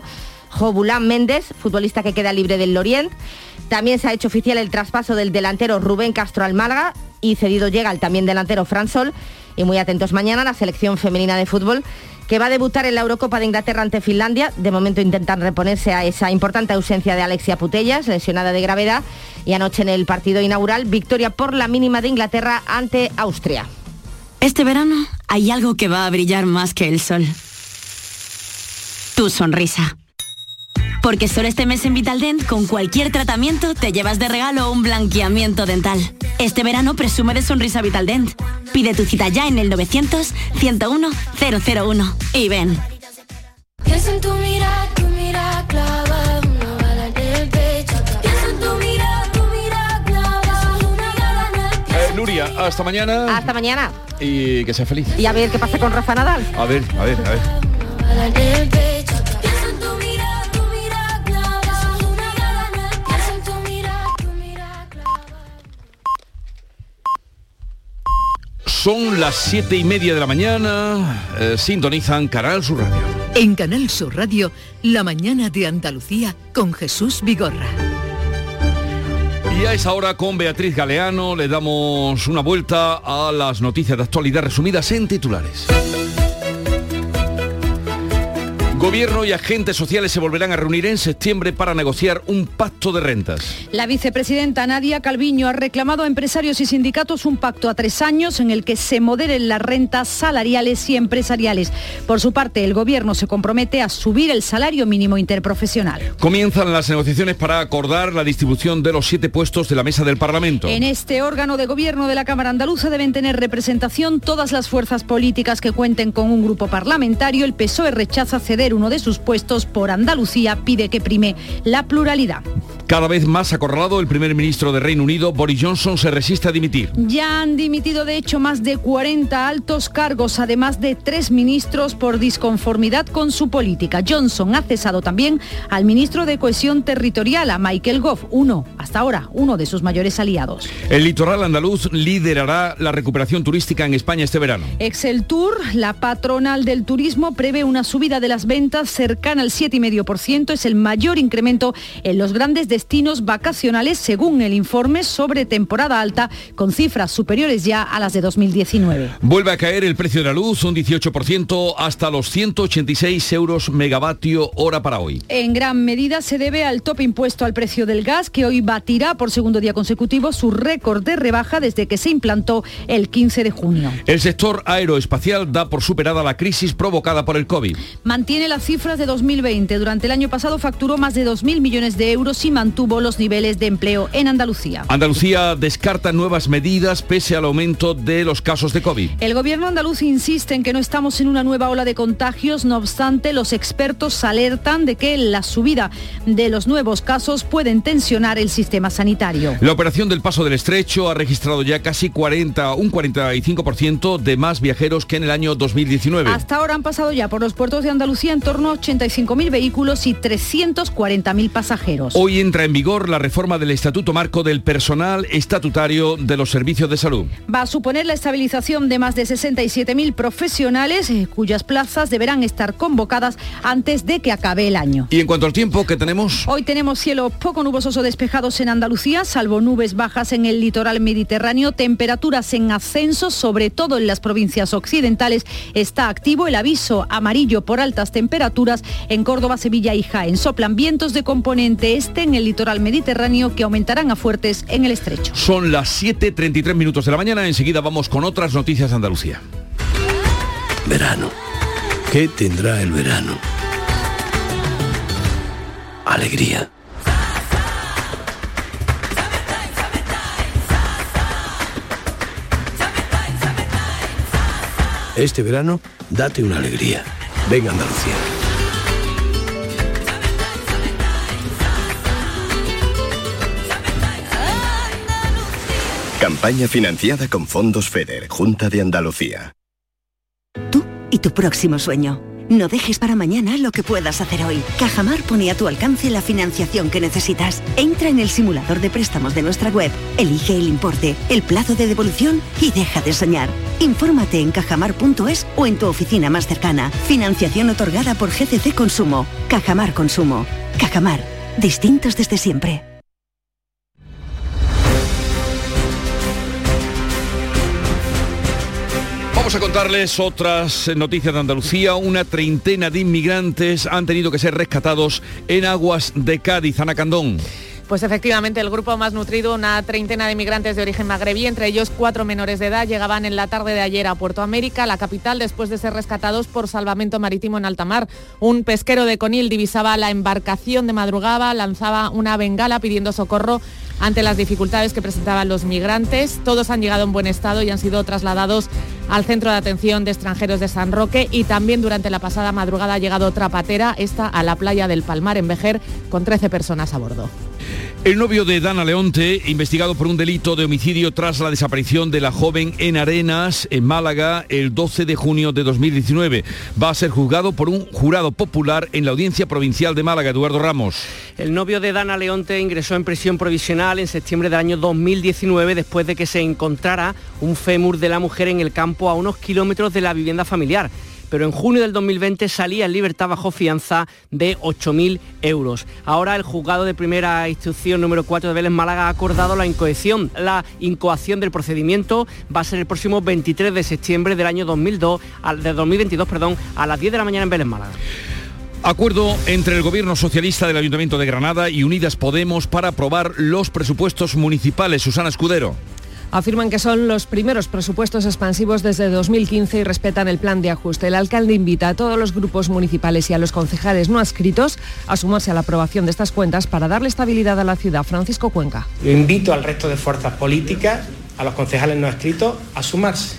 Speaker 2: Jobulán Méndez, futbolista que queda libre del Lorient. También se ha hecho oficial el traspaso del delantero Rubén Castro al Málaga y cedido llega el también delantero Fran Sol. Y muy atentos mañana a la selección femenina de fútbol, que va a debutar en la Eurocopa de Inglaterra ante Finlandia. De momento intentan reponerse a esa importante ausencia de Alexia Putellas, lesionada de gravedad. Y anoche en el partido inaugural, victoria por la mínima de Inglaterra ante Austria.
Speaker 3: Este verano hay algo que va a brillar más que el sol. Tu sonrisa. Porque solo este mes en Vitaldent, con cualquier tratamiento, te llevas de regalo un blanqueamiento dental. Este verano presume de sonrisa Vitaldent. Pide tu cita ya en el novecientos, ciento uno, cero cero uno y ven.
Speaker 4: Pienso en tu mirada, tu mirada clavada, una bala en el pecho. Pienso en tu mirada, tu mirada clavada, una bala en el pecho.
Speaker 1: Eh, Nuria, hasta mañana.
Speaker 2: Hasta mañana.
Speaker 1: Y que sea feliz.
Speaker 2: Y a ver qué pasa con Rafa Nadal.
Speaker 1: A ver, a ver, a ver.
Speaker 4: Una bala en el pecho. Pienso en tu mirada, tu mirada clavada, una bala en el pecho. Pienso en tu mirada, tu mirada clavada.
Speaker 1: Son las siete y media de la mañana. Eh, sintonizan Canal Sur Radio.
Speaker 11: En Canal Sur Radio, La mañana de Andalucía con Jesús Vigorra.
Speaker 1: Y a esa hora con Beatriz Galeano le damos una vuelta a las noticias de actualidad resumidas en titulares. Gobierno y agentes sociales se volverán a reunir en septiembre para negociar un pacto de rentas.
Speaker 9: La vicepresidenta Nadia Calviño ha reclamado a empresarios y sindicatos un pacto a tres años en el que se moderen las rentas salariales y empresariales. Por su parte, el Gobierno se compromete a subir el salario mínimo interprofesional.
Speaker 1: Comienzan las negociaciones para acordar la distribución de los siete puestos de la mesa del Parlamento.
Speaker 9: En este órgano de gobierno de la Cámara Andaluza deben tener representación todas las fuerzas políticas que cuenten con un grupo parlamentario. El P S O E rechaza ceder uno de sus puestos por Andalucía, pide que prime la pluralidad.
Speaker 1: Cada vez más acorralado, el primer ministro de Reino Unido, Boris Johnson, se resiste a dimitir.
Speaker 9: Ya han dimitido, de hecho, más de cuarenta altos cargos, además de tres ministros por disconformidad con su política. Johnson ha cesado también al ministro de Cohesión Territorial, a Michael Gove, uno, hasta ahora, uno de sus mayores aliados.
Speaker 1: El litoral andaluz liderará la recuperación turística en España este verano.
Speaker 9: Exceltur, la patronal del turismo, prevé una subida de las ventas cercana al siete coma cinco por ciento. Es el mayor incremento en los grandes destinos vacacionales, según el informe sobre temporada alta, con cifras superiores ya a las de dos mil diecinueve.
Speaker 1: Vuelve a caer el precio de la luz un dieciocho por ciento hasta los ciento ochenta y seis euros megavatio hora para hoy.
Speaker 9: En gran medida se debe al tope impuesto al precio del gas, que hoy batirá por segundo día consecutivo su récord de rebaja desde que se implantó el quince de junio.
Speaker 1: El sector aeroespacial da por superada la crisis provocada por el COVID.
Speaker 9: Mantiene las cifras de dos mil veinte. Durante el año pasado facturó más de dos mil millones de euros y mantuvo los niveles de empleo en Andalucía.
Speaker 1: Andalucía descarta nuevas medidas pese al aumento de los casos de COVID.
Speaker 9: El gobierno andaluz insiste en que no estamos en una nueva ola de contagios. No obstante, los expertos alertan de que la subida de los nuevos casos pueden tensionar el sistema sanitario.
Speaker 1: La operación del Paso del Estrecho ha registrado ya casi cuarenta, un cuarenta y cinco por ciento de más viajeros que en el año dos mil diecinueve.
Speaker 9: Hasta ahora han pasado ya por los puertos de Andalucía en torno a ochenta y cinco mil vehículos y trescientos cuarenta mil pasajeros.
Speaker 1: Hoy entra en vigor la reforma del Estatuto Marco del Personal Estatutario de los Servicios de Salud.
Speaker 9: Va a suponer la estabilización de más de sesenta y siete mil profesionales, eh, cuyas plazas deberán estar convocadas antes de que acabe el año.
Speaker 1: Y en cuanto al tiempo, ¿qué tenemos?
Speaker 9: Hoy tenemos cielo poco nubosos o despejados en Andalucía, salvo nubes bajas en el litoral mediterráneo, temperaturas en ascenso, sobre todo en las provincias occidentales. Está activo el aviso amarillo por altas temperaturas en Córdoba, Sevilla y Jaén. Soplan vientos de componente este en el litoral mediterráneo que aumentarán a fuertes en el estrecho.
Speaker 1: Son las siete treinta y tres minutos de la mañana. Enseguida vamos con otras noticias de Andalucía.
Speaker 12: Verano. ¿Qué tendrá el verano? Alegría. Este verano, date una alegría. Venga, Andalucía.
Speaker 13: Campaña financiada con fondos FEDER, Junta de Andalucía.
Speaker 8: Tú y tu próximo sueño.
Speaker 13: No dejes para mañana lo que puedas hacer hoy. Cajamar pone a tu alcance la financiación que necesitas. Entra en el simulador de préstamos de nuestra web, elige el importe, el plazo de devolución y deja de soñar. Infórmate en cajamar punto es o en tu oficina más cercana. Financiación otorgada por G C C Consumo. Cajamar Consumo. Cajamar. Distintos desde siempre.
Speaker 1: Vamos a contarles otras noticias de Andalucía. Una treintena de inmigrantes han tenido que ser rescatados en aguas de Cádiz. Ana Candón.
Speaker 10: Pues efectivamente, el grupo más nutrido, una treintena de migrantes de origen magrebí, entre ellos cuatro menores de edad, llegaban en la tarde de ayer a Puerto América, la capital, después de ser rescatados por salvamento marítimo en alta mar. Un pesquero de Conil divisaba la embarcación de madrugada, lanzaba una bengala pidiendo socorro ante las dificultades que presentaban los migrantes. Todos han llegado en buen estado y han sido trasladados al Centro de Atención de Extranjeros de San Roque, y también durante la pasada madrugada ha llegado otra patera, esta a la playa del Palmar, en Vejer, con trece personas a bordo.
Speaker 1: El novio de Dana Leonte, investigado por un delito de homicidio tras la desaparición de la joven en Arenas, en Málaga, el doce de junio de dos mil diecinueve. Va a ser juzgado por un jurado popular en la Audiencia Provincial de Málaga. Eduardo Ramos.
Speaker 14: El novio de Dana Leonte ingresó en prisión provisional en septiembre del año dos mil diecinueve después de que se encontrara un fémur de la mujer en el campo a unos kilómetros de la vivienda familiar. Pero en junio del dos mil veinte salía en libertad bajo fianza de ocho mil euros. Ahora el juzgado de primera instrucción número cuatro de Vélez Málaga ha acordado la incoación. La incoación del procedimiento va a ser el próximo veintitrés de septiembre del año dos mil dos, de dos mil veintidós, perdón, a las diez de la mañana en Vélez Málaga.
Speaker 1: Acuerdo entre el Gobierno socialista del Ayuntamiento de Granada y Unidas Podemos para aprobar los presupuestos municipales. Susana Escudero.
Speaker 15: Afirman que son los primeros presupuestos expansivos desde dos mil quince y respetan el plan de ajuste. El alcalde invita a todos los grupos municipales y a los concejales no adscritos a sumarse a la aprobación de estas cuentas para darle estabilidad a la ciudad. Francisco Cuenca.
Speaker 16: Yo invito al resto de fuerzas políticas, a los concejales no adscritos, a sumarse.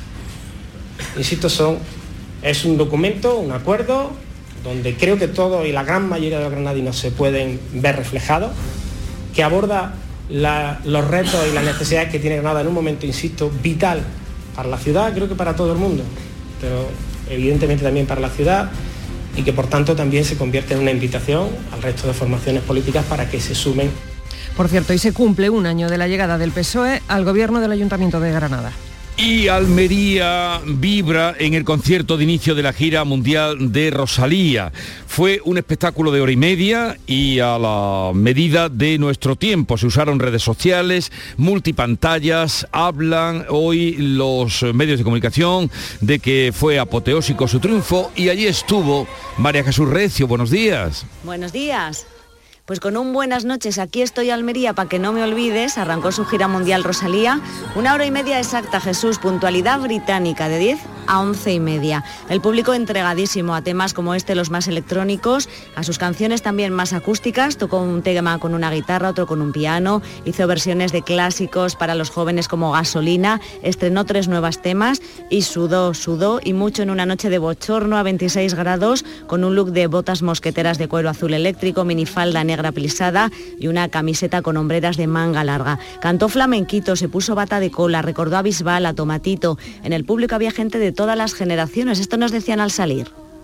Speaker 16: Insisto, son, es un documento, un acuerdo, donde creo que todos y la gran mayoría de los granadinos se pueden ver reflejados, que aborda La, los retos y las necesidades que tiene Granada en un momento, insisto, vital para la ciudad, creo que para todo el mundo, pero evidentemente también para la ciudad, y que por tanto también se convierte en una invitación al resto de formaciones políticas para que se sumen.
Speaker 15: Por cierto, hoy se cumple un año de la llegada del P S O E al gobierno del Ayuntamiento de Granada.
Speaker 1: Y Almería vibra en el concierto de inicio de la gira mundial de Rosalía. Fue un espectáculo de hora y media y a la medida de nuestro tiempo. Se usaron redes sociales, multipantallas. Hablan hoy los medios de comunicación de que fue apoteósico su triunfo, y allí estuvo María Jesús Recio. Buenos días.
Speaker 17: Buenos días. Pues con un buenas noches, aquí estoy Almería, para que no me olvides, arrancó su gira mundial Rosalía. Una hora y media exacta, Jesús, puntualidad británica, de diez a once y media. El público entregadísimo a temas como este, los más electrónicos, a sus canciones también más acústicas. Tocó un tema con una guitarra, otro con un piano, hizo versiones de clásicos para los jóvenes como Gasolina, estrenó tres nuevos temas y sudó, sudó y mucho en una noche de bochorno a veintiséis grados, con un look de botas mosqueteras de cuero azul eléctrico, minifalda negra plisada y una camiseta con hombreras de manga larga. Cantó flamenquito, se puso bata de cola, recordó a Bisbal, a Tomatito. En el público había gente de todas las generaciones. Esto nos decían al salir.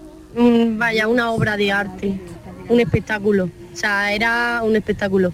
Speaker 26: Mm, vaya, una obra de arte, un espectáculo. O sea, era un espectáculo.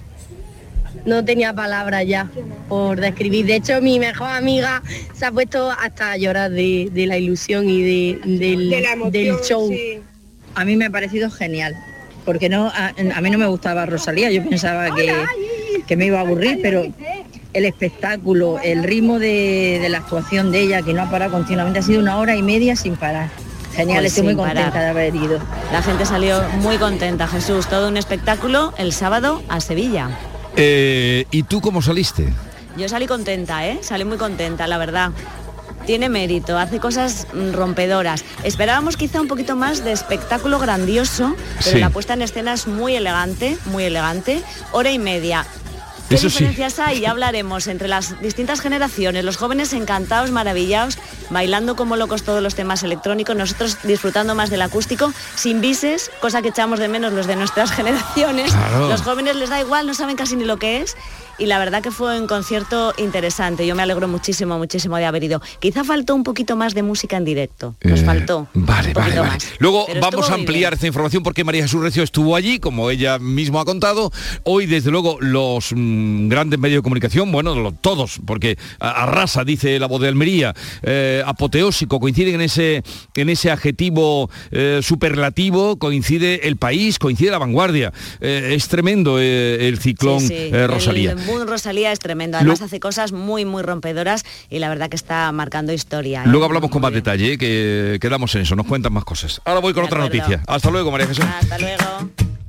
Speaker 26: No tenía palabras ya por describir. De hecho, mi mejor amiga se ha puesto hasta a llorar de, de la ilusión y de, del,
Speaker 27: de la emoción,
Speaker 26: del show.
Speaker 27: Sí. A mí me ha parecido genial, porque no, a, a mí no me gustaba Rosalía, yo pensaba que, que me iba a aburrir, pero el espectáculo, el ritmo de, de la actuación de ella, que no ha parado continuamente, ha sido una hora y media sin parar. Genial, pues estoy muy contenta parar. de haber ido.
Speaker 17: La gente salió muy contenta, Jesús. Todo un espectáculo el sábado a Sevilla.
Speaker 1: Eh, ¿Y tú cómo saliste?
Speaker 17: Yo salí contenta, ¿eh? Salí muy contenta, la verdad. Tiene mérito, hace cosas rompedoras. Esperábamos quizá un poquito más de espectáculo grandioso, pero sí, la puesta en escena es muy elegante, muy elegante. Hora y media. ¿Qué Eso diferencias sí. hay? Ya hablaremos entre las distintas generaciones, los jóvenes encantados, maravillados, bailando como locos todos los temas electrónicos, nosotros disfrutando más del acústico, sin bises, cosa que echamos de menos los de nuestras generaciones. Claro. Los jóvenes les da igual, no saben casi ni lo que es. y la verdad que fue un concierto interesante. Yo me alegro muchísimo, muchísimo de haber ido. Quizá faltó un poquito más de música en directo, nos
Speaker 1: Eh,
Speaker 17: faltó.
Speaker 1: Vale,
Speaker 17: un
Speaker 1: vale,
Speaker 17: poquito
Speaker 1: vale.
Speaker 17: más.
Speaker 1: Luego
Speaker 17: Pero
Speaker 1: vamos
Speaker 17: estuvo
Speaker 1: a
Speaker 17: muy
Speaker 1: ampliar
Speaker 17: bien.
Speaker 1: esta información porque María Jesús Recio estuvo allí, como ella misma ha contado. Hoy, desde luego, los mm, grandes medios de comunicación, bueno, lo- todos, porque a- arrasa, dice La Voz de Almería, eh, apoteósico, coinciden en ese, en ese adjetivo eh, superlativo, coincide El País, coincide La Vanguardia. Eh, es tremendo eh, el ciclón
Speaker 17: Sí, sí.
Speaker 1: eh, Rosalía.
Speaker 17: El boom Rosalía es tremendo. Además hace cosas muy, muy rompedoras y la verdad que está marcando historia. ¿eh?
Speaker 1: Luego hablamos con más detalle, ¿eh? que quedamos en eso, nos cuentan más cosas. Ahora voy con
Speaker 17: De
Speaker 1: otra
Speaker 17: acuerdo.
Speaker 1: noticia. Hasta luego, María Jesús.
Speaker 17: Hasta luego.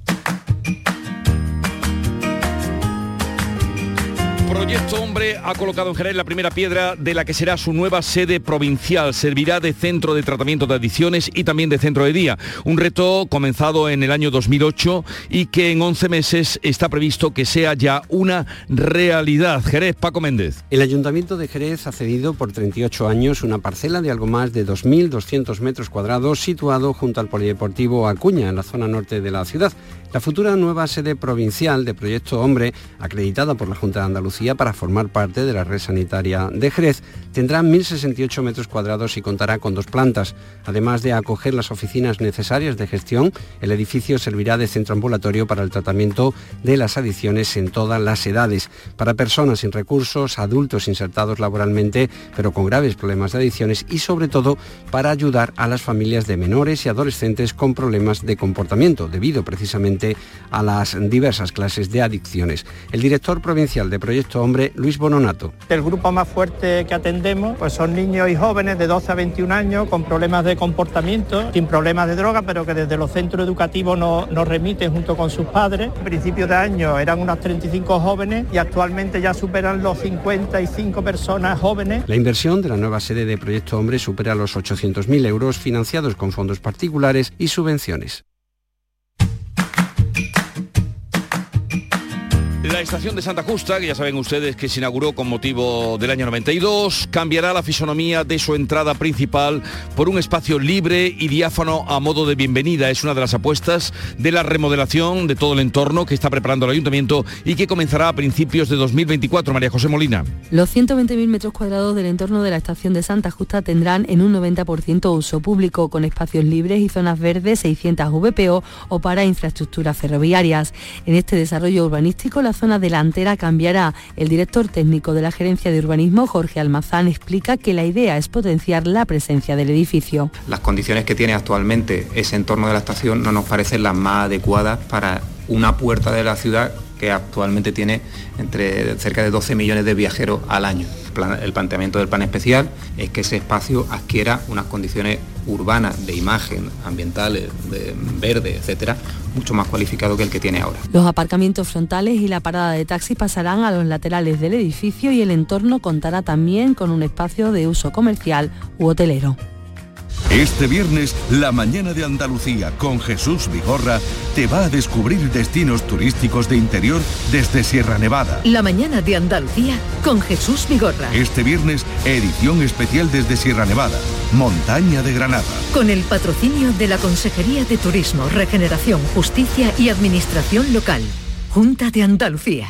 Speaker 1: Proyecto Hombre ha colocado en Jerez la primera piedra de la que será su nueva sede provincial. Servirá de centro de tratamiento de adicciones y también de centro de día. Un reto comenzado en el año dos mil ocho y que en once meses está previsto que sea ya una realidad. Jerez, Paco Méndez.
Speaker 18: El Ayuntamiento de Jerez ha cedido por treinta y ocho años una parcela de algo más de dos mil doscientos metros cuadrados situado junto al Polideportivo Acuña, en la zona norte de la ciudad. La futura nueva sede provincial de Proyecto Hombre, acreditada por la Junta de Andalucía para formar parte de la red sanitaria de Jerez, tendrá mil sesenta y ocho metros cuadrados y contará con dos plantas. Además de acoger las oficinas necesarias de gestión, el edificio servirá de centro ambulatorio para el tratamiento de las adicciones en todas las edades. Para personas sin recursos, adultos insertados laboralmente, pero con graves problemas de adicciones y sobre todo para ayudar a las familias de menores y adolescentes con problemas de comportamiento, debido precisamente a las diversas clases de adicciones. El director provincial de Proyecto Hombre, Luis Bononato.
Speaker 19: El grupo más fuerte que atendemos pues son niños y jóvenes de doce a veintiún años con problemas de comportamiento, sin problemas de droga, pero que desde los centros educativos nos, nos remiten junto con sus padres. A principios de año eran unas treinta y cinco jóvenes y actualmente ya superan los cincuenta y cinco personas jóvenes.
Speaker 18: La inversión de la nueva sede de Proyecto Hombre supera los ochocientos mil euros financiados con fondos particulares y subvenciones.
Speaker 1: La estación de Santa Justa, que ya saben ustedes que se inauguró con motivo del año noventa y dos, cambiará la fisonomía de su entrada principal por un espacio libre y diáfano a modo de bienvenida. Es una de las apuestas de la remodelación de todo el entorno que está preparando el Ayuntamiento y que comenzará a principios de dos mil veinticuatro. María José Molina.
Speaker 20: Los ciento veinte mil metros cuadrados del entorno de la estación de Santa Justa tendrán en un noventa por ciento uso público, con espacios libres y zonas verdes, seiscientas V P O o para infraestructuras ferroviarias. En este desarrollo urbanístico, la zona delantera cambiará. El director técnico de la Gerencia de Urbanismo, Jorge Almazán, explica que la idea es potenciar la presencia del edificio.
Speaker 21: Las condiciones que tiene actualmente ese entorno de la estación no nos parecen las más adecuadas para una puerta de la ciudad que actualmente tiene entre cerca de doce millones de viajeros al año. El planteamiento del plan especial es que ese espacio adquiera unas condiciones urbanas, de imagen, ambientales, de verde, etcétera, mucho más cualificado que el que tiene ahora.
Speaker 20: Los aparcamientos frontales y la parada de taxi pasarán a los laterales del edificio y el entorno contará también con un espacio de uso comercial u hotelero.
Speaker 22: Este viernes, la mañana de Andalucía con Jesús Vigorra te va a descubrir destinos turísticos de interior desde Sierra Nevada.
Speaker 11: La mañana de Andalucía con Jesús Vigorra.
Speaker 22: Este viernes, edición especial desde Sierra Nevada, Montaña de Granada.
Speaker 11: Con el patrocinio de la Consejería de Turismo, Regeneración, Justicia y Administración Local. Junta de Andalucía.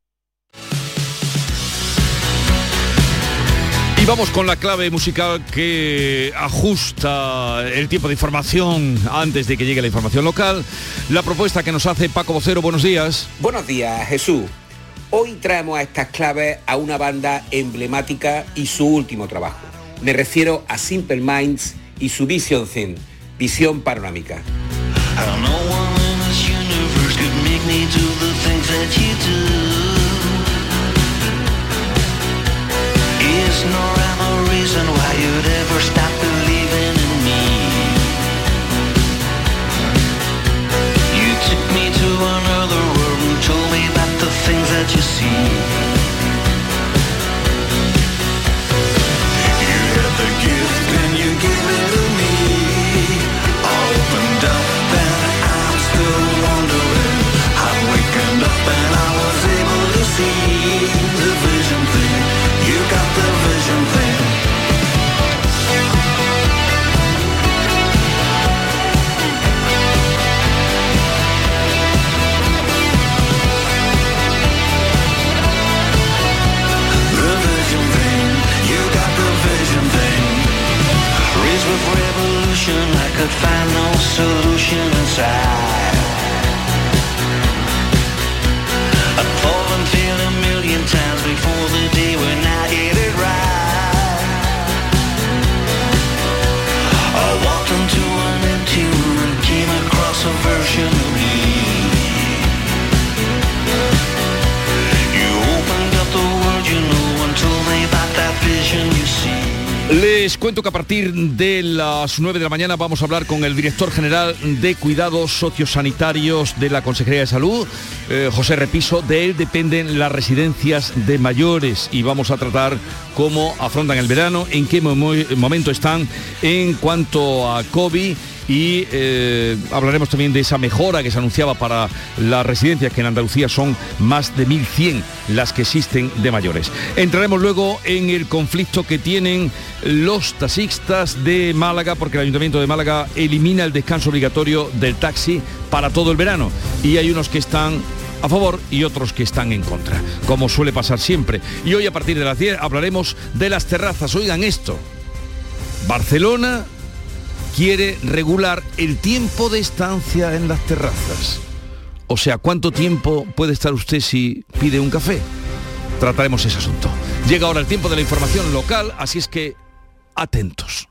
Speaker 1: Y vamos con la clave musical que ajusta el tiempo de información antes de que llegue la información local. La propuesta que nos hace Paco Vocero. Buenos días.
Speaker 23: Buenos días, Jesús. Hoy traemos a estas claves a una banda emblemática y su último trabajo. Me refiero a Simple Minds y su Vision Thing, visión panorámica.
Speaker 24: There's no rhyme or reason why you'd ever stop believing in me. You took me to another world and told me about the things that you see. You had the gift and you gave it to me. Opened up and I'm still wondering. I'm waking up and I was able to see the vision thing. You got the vision thing. solution, I could find no solution inside. I've volunteered a million times before the day when I get it right. I walked into an empty room and came across a version of me. You opened up the world, you know, and told me about that vision you see.
Speaker 1: Les cuento que a partir de las nueve de la mañana vamos a hablar con el director general de Cuidados Sociosanitarios de la Consejería de Salud, eh, José Repiso. De él dependen las residencias de mayores y vamos a tratar cómo afrontan el verano, en qué mo- momento están en cuanto a COVID. Y eh, hablaremos también de esa mejora que se anunciaba para las residencias, que en Andalucía son más de mil cien las que existen de mayores. Entraremos luego en el conflicto que tienen los taxistas de Málaga, porque el Ayuntamiento de Málaga elimina el descanso obligatorio del taxi para todo el verano. Y hay unos que están a favor y otros que están en contra, como suele pasar siempre. Y hoy a partir de las diez hablaremos de las terrazas. Oigan esto, Barcelona quiere regular el tiempo de estancia en las terrazas. O sea, ¿cuánto tiempo puede estar usted si pide un café? Trataremos ese asunto. Llega ahora el tiempo de la información local, así es que atentos.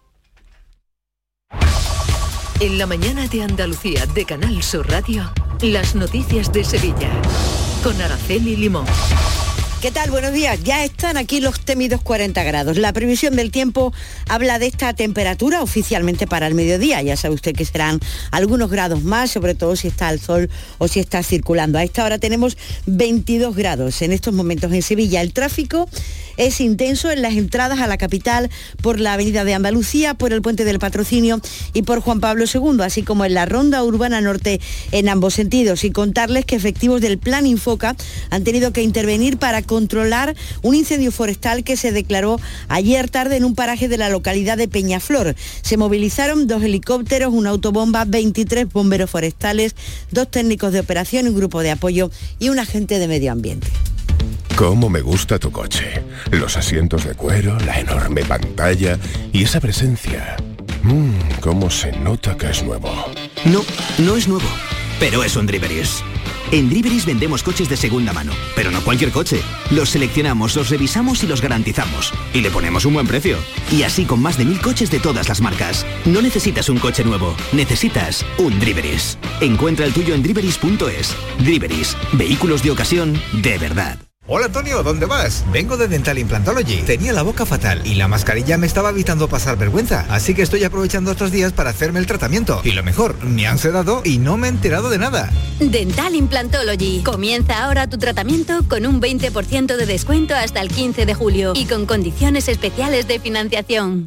Speaker 11: En la mañana de Andalucía de Canal Sur Radio, las noticias de Sevilla, con Araceli Limón.
Speaker 2: ¿Qué tal? Buenos días. Ya están aquí los temidos cuarenta grados. La previsión del tiempo habla de esta temperatura oficialmente para el mediodía. Ya sabe usted que serán algunos grados más, sobre todo si está al sol o si está circulando. A esta hora tenemos veintidós grados en estos momentos en Sevilla. El tráfico es intenso en las entradas a la capital por la Avenida de Andalucía, por el Puente del Patrocinio y por Juan Pablo segundo, así como en la Ronda Urbana Norte en ambos sentidos. Y contarles que efectivos del Plan Infoca han tenido que intervenir para controlar un incendio forestal que se declaró ayer tarde en un paraje de la localidad de Peñaflor. Se movilizaron dos helicópteros, una autobomba, veintitrés bomberos forestales, dos técnicos de operación, un grupo de apoyo y un agente de medio ambiente.
Speaker 3: Cómo me gusta tu coche. Los asientos de cuero, la enorme pantalla y esa presencia. Mmm, cómo se nota que es nuevo.
Speaker 4: No, no es nuevo, pero es un Driveris. En Driveris vendemos coches de segunda mano, pero no cualquier coche. Los seleccionamos, los revisamos y los garantizamos. Y le ponemos un buen precio. Y así con más de mil coches de todas las marcas. No necesitas un coche nuevo, necesitas un Driveris. Encuentra el tuyo en driveris punto es. Driveris, vehículos de ocasión de verdad.
Speaker 5: Hola Antonio, ¿dónde vas? Vengo de Dental Implantology. Tenía la boca fatal y la mascarilla me estaba evitando pasar vergüenza, así que estoy aprovechando estos días para hacerme el tratamiento. Y lo mejor, me han sedado y no me he enterado de nada.
Speaker 6: Dental Implantology. Comienza ahora tu tratamiento con un veinte por ciento de descuento hasta el quince de julio y con condiciones especiales de financiación.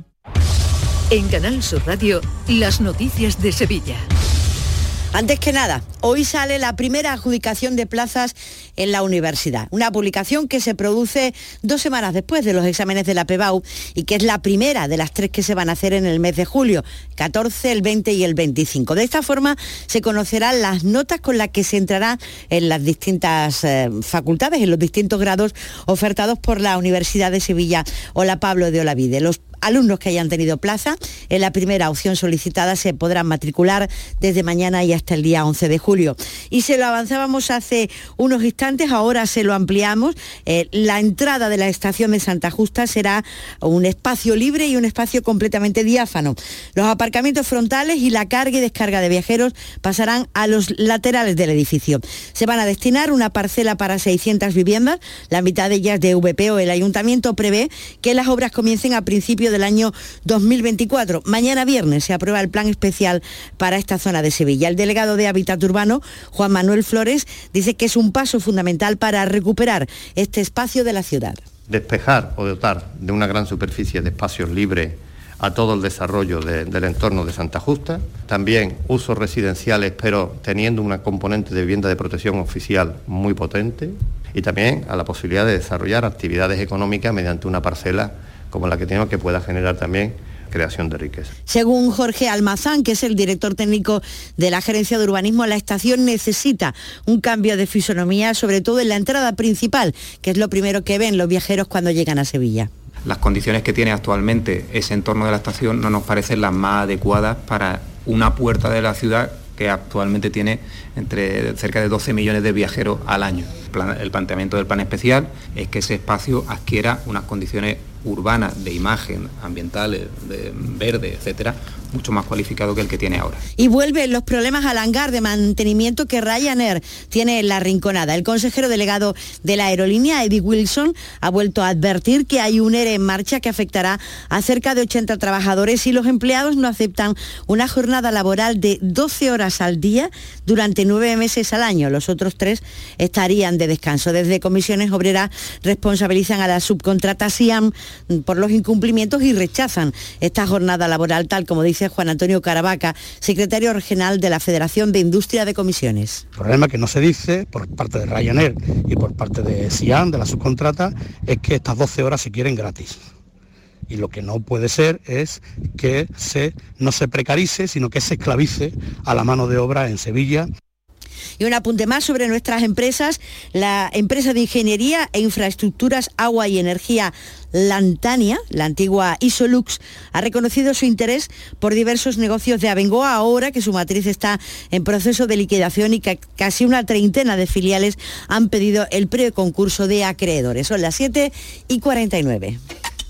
Speaker 11: En Canal Sur Radio, las noticias de Sevilla.
Speaker 2: Antes que nada, hoy sale la primera adjudicación de plazas en la universidad. Una publicación que se produce dos semanas después de los exámenes de la P B A U y que es la primera de las tres que se van a hacer en el mes de julio, catorce, el veinte y el veinticinco. De esta forma se conocerán las notas con las que se entrará en las distintas eh, facultades, en los distintos grados ofertados por la Universidad de Sevilla o la Pablo de Olavide. Los alumnos que hayan tenido plaza en la primera opción solicitada se podrán matricular desde mañana y hasta el día once de julio. Y se lo avanzábamos hace unos instantes, ahora se lo ampliamos. Eh, la entrada de la estación de Santa Justa será un espacio libre y un espacio completamente diáfano. Los aparcamientos frontales y la carga y descarga de viajeros pasarán a los laterales del edificio. Se van a destinar una parcela para seiscientas viviendas, la mitad de ellas de V P O. El ayuntamiento prevé que las obras comiencen a principios del año dos mil veinticuatro. Mañana viernes se aprueba el plan especial para esta zona de Sevilla. El delegado de Hábitat Urbano, Juan Manuel Flores, dice que es un paso fundamental para recuperar este espacio de la ciudad.
Speaker 7: Despejar o dotar de una gran superficie de espacios libres a todo el desarrollo de, del entorno de Santa Justa, también usos residenciales, pero teniendo una componente de vivienda de protección oficial muy potente, y también a la posibilidad de desarrollar actividades económicas mediante una parcela como la que tenemos, que pueda generar también creación de riqueza.
Speaker 2: Según Jorge Almazán, que es el director técnico de la Gerencia de Urbanismo, la estación necesita un cambio de fisonomía, sobre todo en la entrada principal, que es lo primero que ven los viajeros cuando llegan a Sevilla.
Speaker 21: Las condiciones que tiene actualmente ese entorno de la estación no nos parecen las más adecuadas para una puerta de la ciudad que actualmente tiene entre cerca de doce millones de viajeros al año. El planteamiento del plan especial es que ese espacio adquiera unas condiciones urbanas, de imagen, ambientales, de verde, etcétera, mucho más cualificado que el que tiene ahora.
Speaker 2: Y vuelven los problemas al hangar de mantenimiento que Ryanair tiene en La Rinconada. El consejero delegado de la aerolínea, Eddie Wilson, ha vuelto a advertir que hay un ERE en marcha que afectará a cerca de ochenta trabajadores si los empleados no aceptan una jornada laboral de doce horas al día durante nueve meses al año. Los otros tres estarían de descanso. Desde Comisiones Obreras responsabilizan a la subcontrata SIAM por los incumplimientos y rechazan esta jornada laboral, tal como dice Juan Antonio Caravaca, secretario regional de la Federación de Industria de Comisiones.
Speaker 8: El problema que no se dice por parte de Ryanair y por parte de SIAM, de la subcontrata, es que estas doce horas se quieren gratis. Y lo que no puede ser es que se, no se precarice, sino que se esclavice a la mano de obra en Sevilla.
Speaker 2: Y un apunte más sobre nuestras empresas. La empresa de ingeniería e infraestructuras, agua y energía Lantania, la antigua Isolux, ha reconocido su interés por diversos negocios de Abengoa ahora que su matriz está en proceso de liquidación y que casi una treintena de filiales han pedido el preconcurso de acreedores. Son las siete y cuarenta y nueve.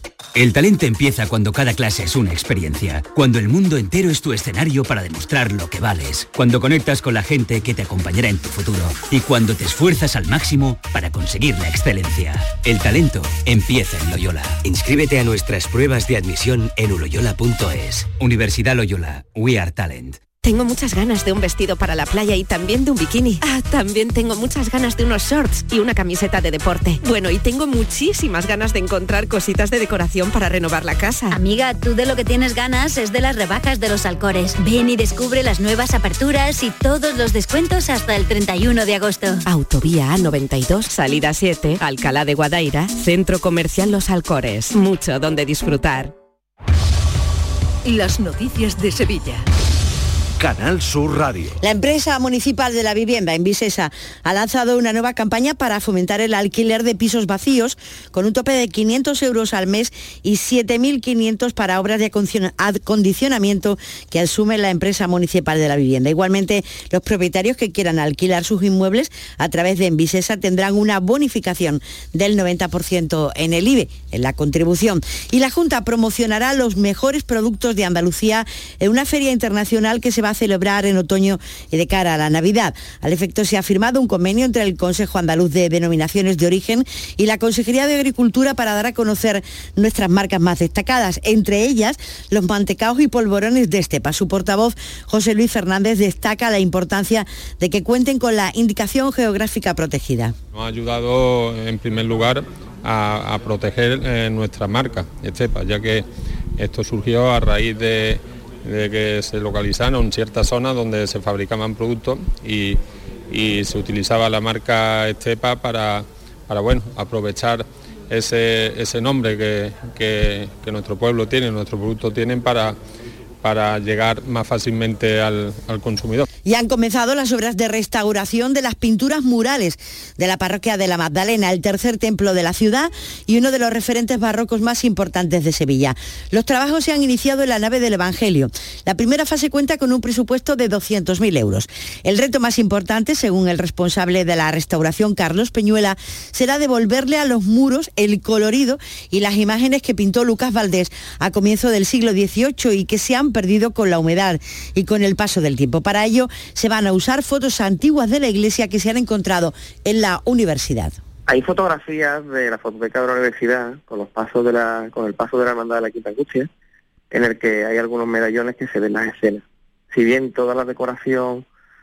Speaker 9: El talento empieza cuando cada clase es una experiencia, cuando el mundo entero es tu escenario para demostrar lo que vales, cuando conectas con la gente que te acompañará en tu futuro y cuando te esfuerzas al máximo para conseguir la excelencia. El talento empieza en Loyola.
Speaker 10: Inscríbete a nuestras pruebas de admisión en uloyola punto es.
Speaker 9: Universidad Loyola. We are talent.
Speaker 12: Tengo muchas ganas de un vestido para la playa y también de un bikini. Ah, también tengo muchas ganas de unos shorts y una camiseta de deporte. Bueno, y tengo muchísimas ganas de encontrar cositas de decoración para renovar la casa.
Speaker 6: Amiga, tú de lo que tienes ganas es de las rebajas de Los Alcores. Ven y descubre las nuevas aperturas y todos los descuentos hasta el treinta y uno de agosto.
Speaker 12: Autovía A noventa y dos, salida siete, Alcalá de Guadaira, Centro Comercial Los Alcores. Mucho donde disfrutar.
Speaker 11: Las noticias de Sevilla.
Speaker 22: Canal Sur Radio.
Speaker 2: La empresa municipal de la vivienda, Envisesa, ha lanzado una nueva campaña para fomentar el alquiler de pisos vacíos con un tope de quinientos euros al mes y siete mil quinientos para obras de acondicionamiento que asume la empresa municipal de la vivienda. Igualmente, los propietarios que quieran alquilar sus inmuebles a través de Envisesa tendrán una bonificación del noventa por ciento en el I B E, en la contribución. Y la Junta promocionará los mejores productos de Andalucía en una feria internacional que se va a celebrar en otoño y de cara a la Navidad. Al efecto se ha firmado un convenio entre el Consejo Andaluz de Denominaciones de Origen y la Consejería de Agricultura para dar a conocer nuestras marcas más destacadas, entre ellas los mantecaos y polvorones de estepa. Su portavoz, José Luis Fernández, destaca la importancia de que cuenten con la indicación geográfica protegida.
Speaker 13: Nos ha ayudado en primer lugar a, a proteger eh, nuestra marca estepa, ya que esto surgió a raíz de de que se localizaron en ciertas zonas donde se fabricaban productos y, y se utilizaba la marca Estepa para, para bueno, aprovechar ese, ese nombre que, que, que nuestro pueblo tiene, nuestros productos tienen para, para llegar más fácilmente al, al consumidor.
Speaker 2: Y han comenzado las obras de restauración de las pinturas murales de la parroquia de la Magdalena, el tercer templo de la ciudad y uno de los referentes barrocos más importantes de Sevilla. Los trabajos se han iniciado en la nave del Evangelio. La primera fase cuenta con un presupuesto de doscientos mil euros. El reto más importante, según el responsable de la restauración, Carlos Peñuela, será devolverle a los muros el colorido y las imágenes que pintó Lucas Valdés a comienzo del siglo dieciocho y que se han perdido con la humedad y con el paso del tiempo. Para ello, se van a usar fotos antiguas de la iglesia que se han encontrado en la universidad.
Speaker 14: Hay fotografías de la fototeca de la universidad con los pasos de la, con el paso de la hermandad de la Quinta Angustia, en el que hay algunos medallones que se ven las escenas. Si bien toda la decoración,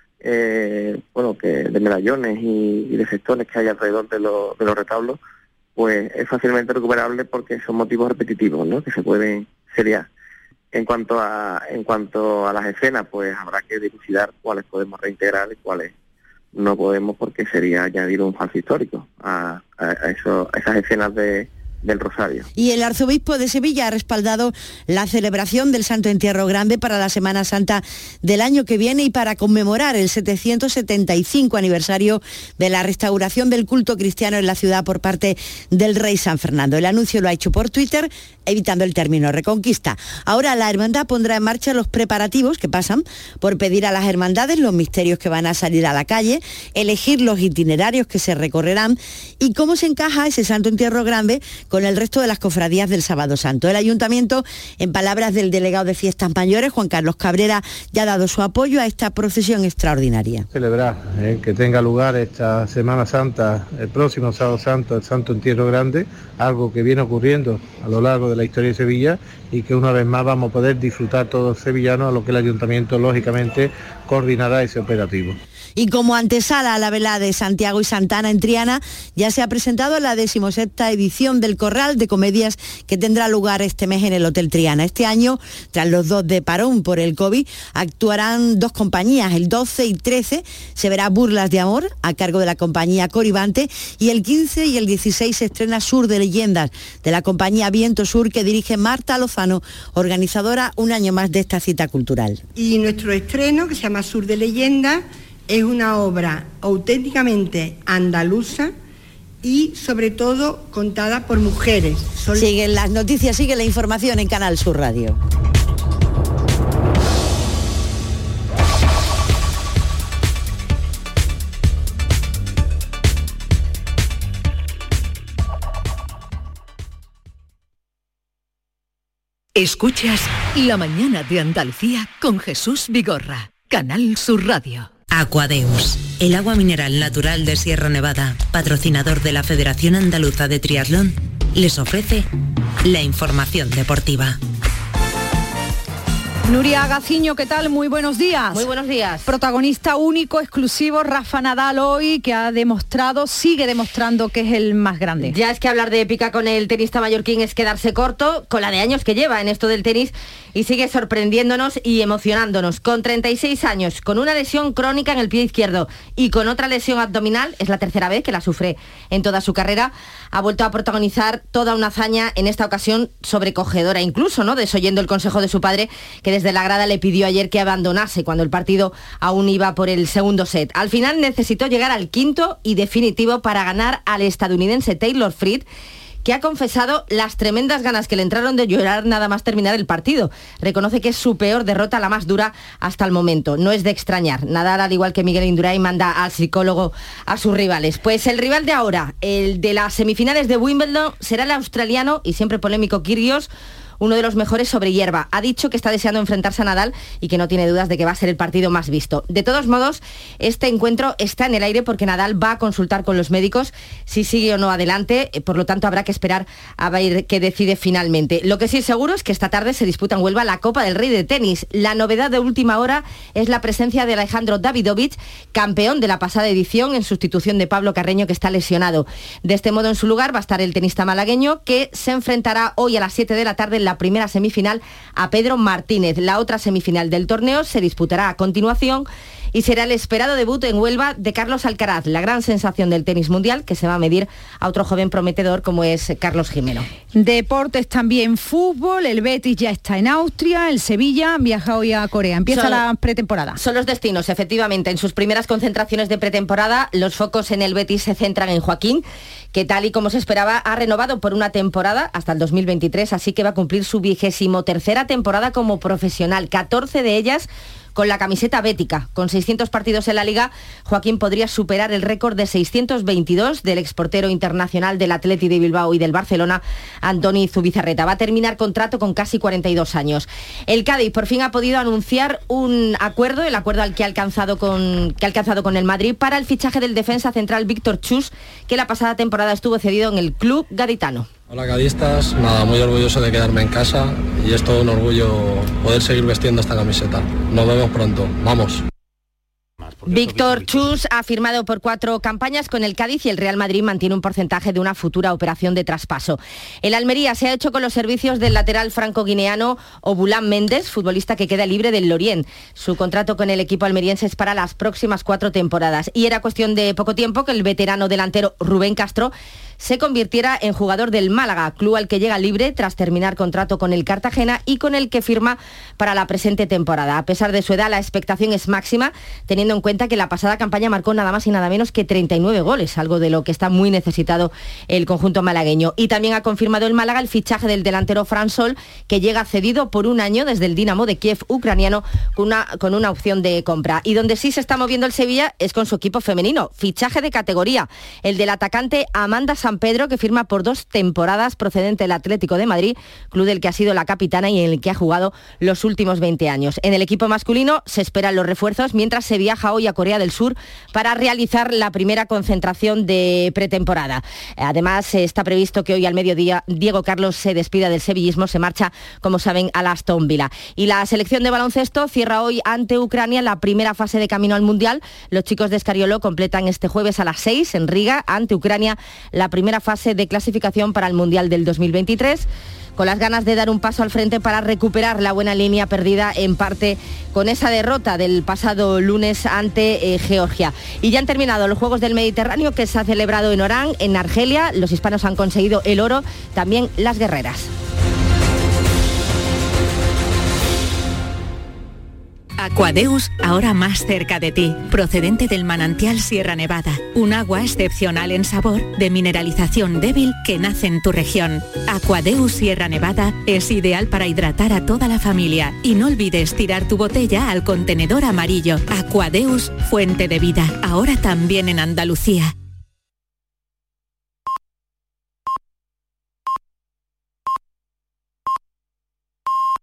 Speaker 14: eh, bueno, que de medallones y, y de festones que hay alrededor de, lo, de los retablos, pues es fácilmente recuperable porque son motivos repetitivos, ¿no?, que se pueden seriar. En cuanto a en cuanto a las escenas, pues habrá que dilucidar cuáles podemos reintegrar y cuáles no podemos, porque sería añadir un falso histórico a, a, a, eso, a esas escenas de, del Rosario.
Speaker 2: Y el arzobispo de Sevilla ha respaldado la celebración del Santo Entierro Grande para la Semana Santa del año que viene y para conmemorar el setecientos setenta y cinco aniversario de la restauración del culto cristiano en la ciudad por parte del rey San Fernando. El anuncio lo ha hecho por Twitter, evitando el término Reconquista. Ahora la hermandad pondrá en marcha los preparativos que pasan por pedir a las hermandades los misterios que van a salir a la calle, elegir los itinerarios que se recorrerán y cómo se encaja ese Santo Entierro Grande con el resto de las cofradías del Sábado Santo. El Ayuntamiento, en palabras del delegado de Fiestas Mayores, Juan Carlos Cabrera, ya ha dado su apoyo a esta procesión extraordinaria.
Speaker 15: Celebrar eh, que tenga lugar esta Semana Santa, el próximo Sábado Santo, el Santo Entierro Grande, algo que viene ocurriendo a lo largo de la historia de Sevilla y que una vez más vamos a poder disfrutar todos los sevillanos, a lo que el Ayuntamiento lógicamente coordinará ese operativo.
Speaker 2: Y como antesala a la velada de Santiago y Santana en Triana, ya se ha presentado la decimosexta edición del Corral de Comedias que tendrá lugar este mes en el Hotel Triana. Este año, tras los dos de parón por el COVID, actuarán dos compañías. El doce y trece se verá Burlas de Amor, a cargo de la compañía Coribante, y el quince y el dieciséis se estrena Sur de Leyendas, de la compañía Viento Sur, que dirige Marta Lozano, organizadora un año más de esta cita cultural.
Speaker 16: Y nuestro estreno, que se llama Sur de Leyendas, es una obra auténticamente andaluza y sobre todo contada por mujeres.
Speaker 2: Son... Siguen las noticias, sigue la información en Canal Sur Radio.
Speaker 11: Escuchas La Mañana de Andalucía con Jesús Vigorra, Canal Sur Radio.
Speaker 17: Aquadeus, el agua mineral natural de Sierra Nevada, patrocinador de la Federación Andaluza de Triatlón, les ofrece la información deportiva.
Speaker 19: Nuria Gaciño, ¿qué tal? Muy buenos días.
Speaker 25: Muy buenos días.
Speaker 19: Protagonista único, exclusivo, Rafa Nadal hoy, que ha demostrado, sigue demostrando que es el más grande.
Speaker 25: Ya es que hablar de épica con el tenista mallorquín es quedarse corto, con la de años que lleva en esto del tenis, y sigue sorprendiéndonos y emocionándonos. Con treinta y seis años, con una lesión crónica en el pie izquierdo y con otra lesión abdominal, es la tercera vez que la sufre en toda su carrera, ha vuelto a protagonizar toda una hazaña, en esta ocasión sobrecogedora, incluso, ¿no?, desoyendo el consejo de su padre, que desde la grada le pidió ayer que abandonase cuando el partido aún iba por el segundo set. Al final necesitó llegar al quinto y definitivo para ganar al estadounidense Taylor Fritz, que ha confesado las tremendas ganas que le entraron de llorar nada más terminar el partido. Reconoce que es su peor derrota, la más dura hasta el momento. No es de extrañar. Nadal, al igual que Miguel Indurain, manda al psicólogo a sus rivales. Pues el rival de ahora, el de las semifinales de Wimbledon, será el australiano y siempre polémico Kyrgios, uno de los mejores sobre hierba. Ha dicho que está deseando enfrentarse a Nadal y que no tiene dudas de que va a ser el partido más visto. De todos modos, este encuentro está en el aire porque Nadal va a consultar con los médicos si sigue o no adelante, por lo tanto habrá que esperar a ver qué decide finalmente. Lo que sí es seguro es que esta tarde se disputa en Huelva la Copa del Rey de Tenis. La novedad de última hora es la presencia de Alejandro Davidovich, campeón de la pasada edición, en sustitución de Pablo Carreño, que está lesionado. De este modo, en su lugar va a estar el tenista malagueño, que se enfrentará hoy a las siete de la tarde en la primera semifinal a Pedro Martínez. La otra semifinal del torneo se disputará a continuación y será el esperado debut en Huelva de Carlos Alcaraz, la gran sensación del tenis mundial, que se va a medir a otro joven prometedor como es Carlos Jimeno.
Speaker 19: Deportes también, fútbol, el Betis ya está en Austria, el Sevilla viaja hoy a Corea. Empieza son, la pretemporada.
Speaker 25: Son los destinos, efectivamente. En sus primeras concentraciones de pretemporada, los focos en el Betis se centran en Joaquín, que tal y como se esperaba ha renovado por una temporada hasta el dos mil veintitrés, así que va a cumplir su vigésimo tercera temporada como profesional, catorce de ellas con la camiseta bética. Con seiscientos partidos en la Liga, Joaquín podría superar el récord de seiscientos veintidós del exportero internacional del Athletic de Bilbao y del Barcelona, Andoni Zubizarreta. Va a terminar contrato con casi cuarenta y dos años. El Cádiz por fin ha podido anunciar un acuerdo, el acuerdo al que ha alcanzado con, que ha alcanzado con el Madrid para el fichaje del defensa central Víctor Chus, que la pasada temporada estuvo cedido en el club gaditano.
Speaker 26: Hola cadistas, nada, muy orgulloso de quedarme en casa y es todo un orgullo poder seguir vestiendo esta camiseta. Nos vemos pronto, vamos.
Speaker 25: Víctor Chus ha firmado por cuatro campañas con el Cádiz y el Real Madrid mantiene un porcentaje de una futura operación de traspaso. El Almería se ha hecho con los servicios del lateral franco-guineano Obulán Méndez, futbolista que queda libre del Lorient. Su contrato con el equipo almeriense es para las próximas cuatro temporadas y era cuestión de poco tiempo que el veterano delantero Rubén Castro se convirtiera en jugador del Málaga, club al que llega libre tras terminar contrato con el Cartagena y con el que firma para la presente temporada. A pesar de su edad, la expectación es máxima, teniendo en cuenta que la pasada campaña marcó nada más y nada menos que treinta y nueve goles, algo de lo que está muy necesitado el conjunto malagueño. Y también ha confirmado el Málaga el fichaje del delantero Fran Sol, que llega cedido por un año desde el Dinamo de Kiev ucraniano con una, con una opción de compra. Y donde sí se está moviendo el Sevilla es con su equipo femenino. Fichaje de categoría, el del atacante Amanda San Pedro, que firma por dos temporadas procedente del Atlético de Madrid, club del que ha sido la capitana y en el que ha jugado los últimos veinte años. En el equipo masculino se esperan los refuerzos mientras se viaja hoy a Corea del Sur para realizar la primera concentración de pretemporada. Además, está previsto que hoy al mediodía Diego Carlos se despida del sevillismo, se marcha, como saben, a la Aston Villa. Y la selección de baloncesto cierra hoy ante Ucrania la primera fase de camino al Mundial. Los chicos de Escariolo completan este jueves a las seis en Riga ante Ucrania la primera fase de clasificación para el Mundial del dos mil veintitrés, con las ganas de dar un paso al frente para recuperar la buena línea perdida en parte con esa derrota del pasado lunes ante eh, Georgia. Y ya han terminado los Juegos del Mediterráneo, que se ha celebrado en Orán, en Argelia. Los hispanos han conseguido el oro, también las guerreras.
Speaker 1: Aquadeus, ahora más cerca de ti, procedente del manantial Sierra Nevada, un agua excepcional en sabor, de mineralización débil que nace en tu región. Aquadeus Sierra Nevada es ideal para hidratar a toda la familia y no olvides tirar tu botella al contenedor amarillo. Aquadeus, fuente de vida, ahora también en Andalucía.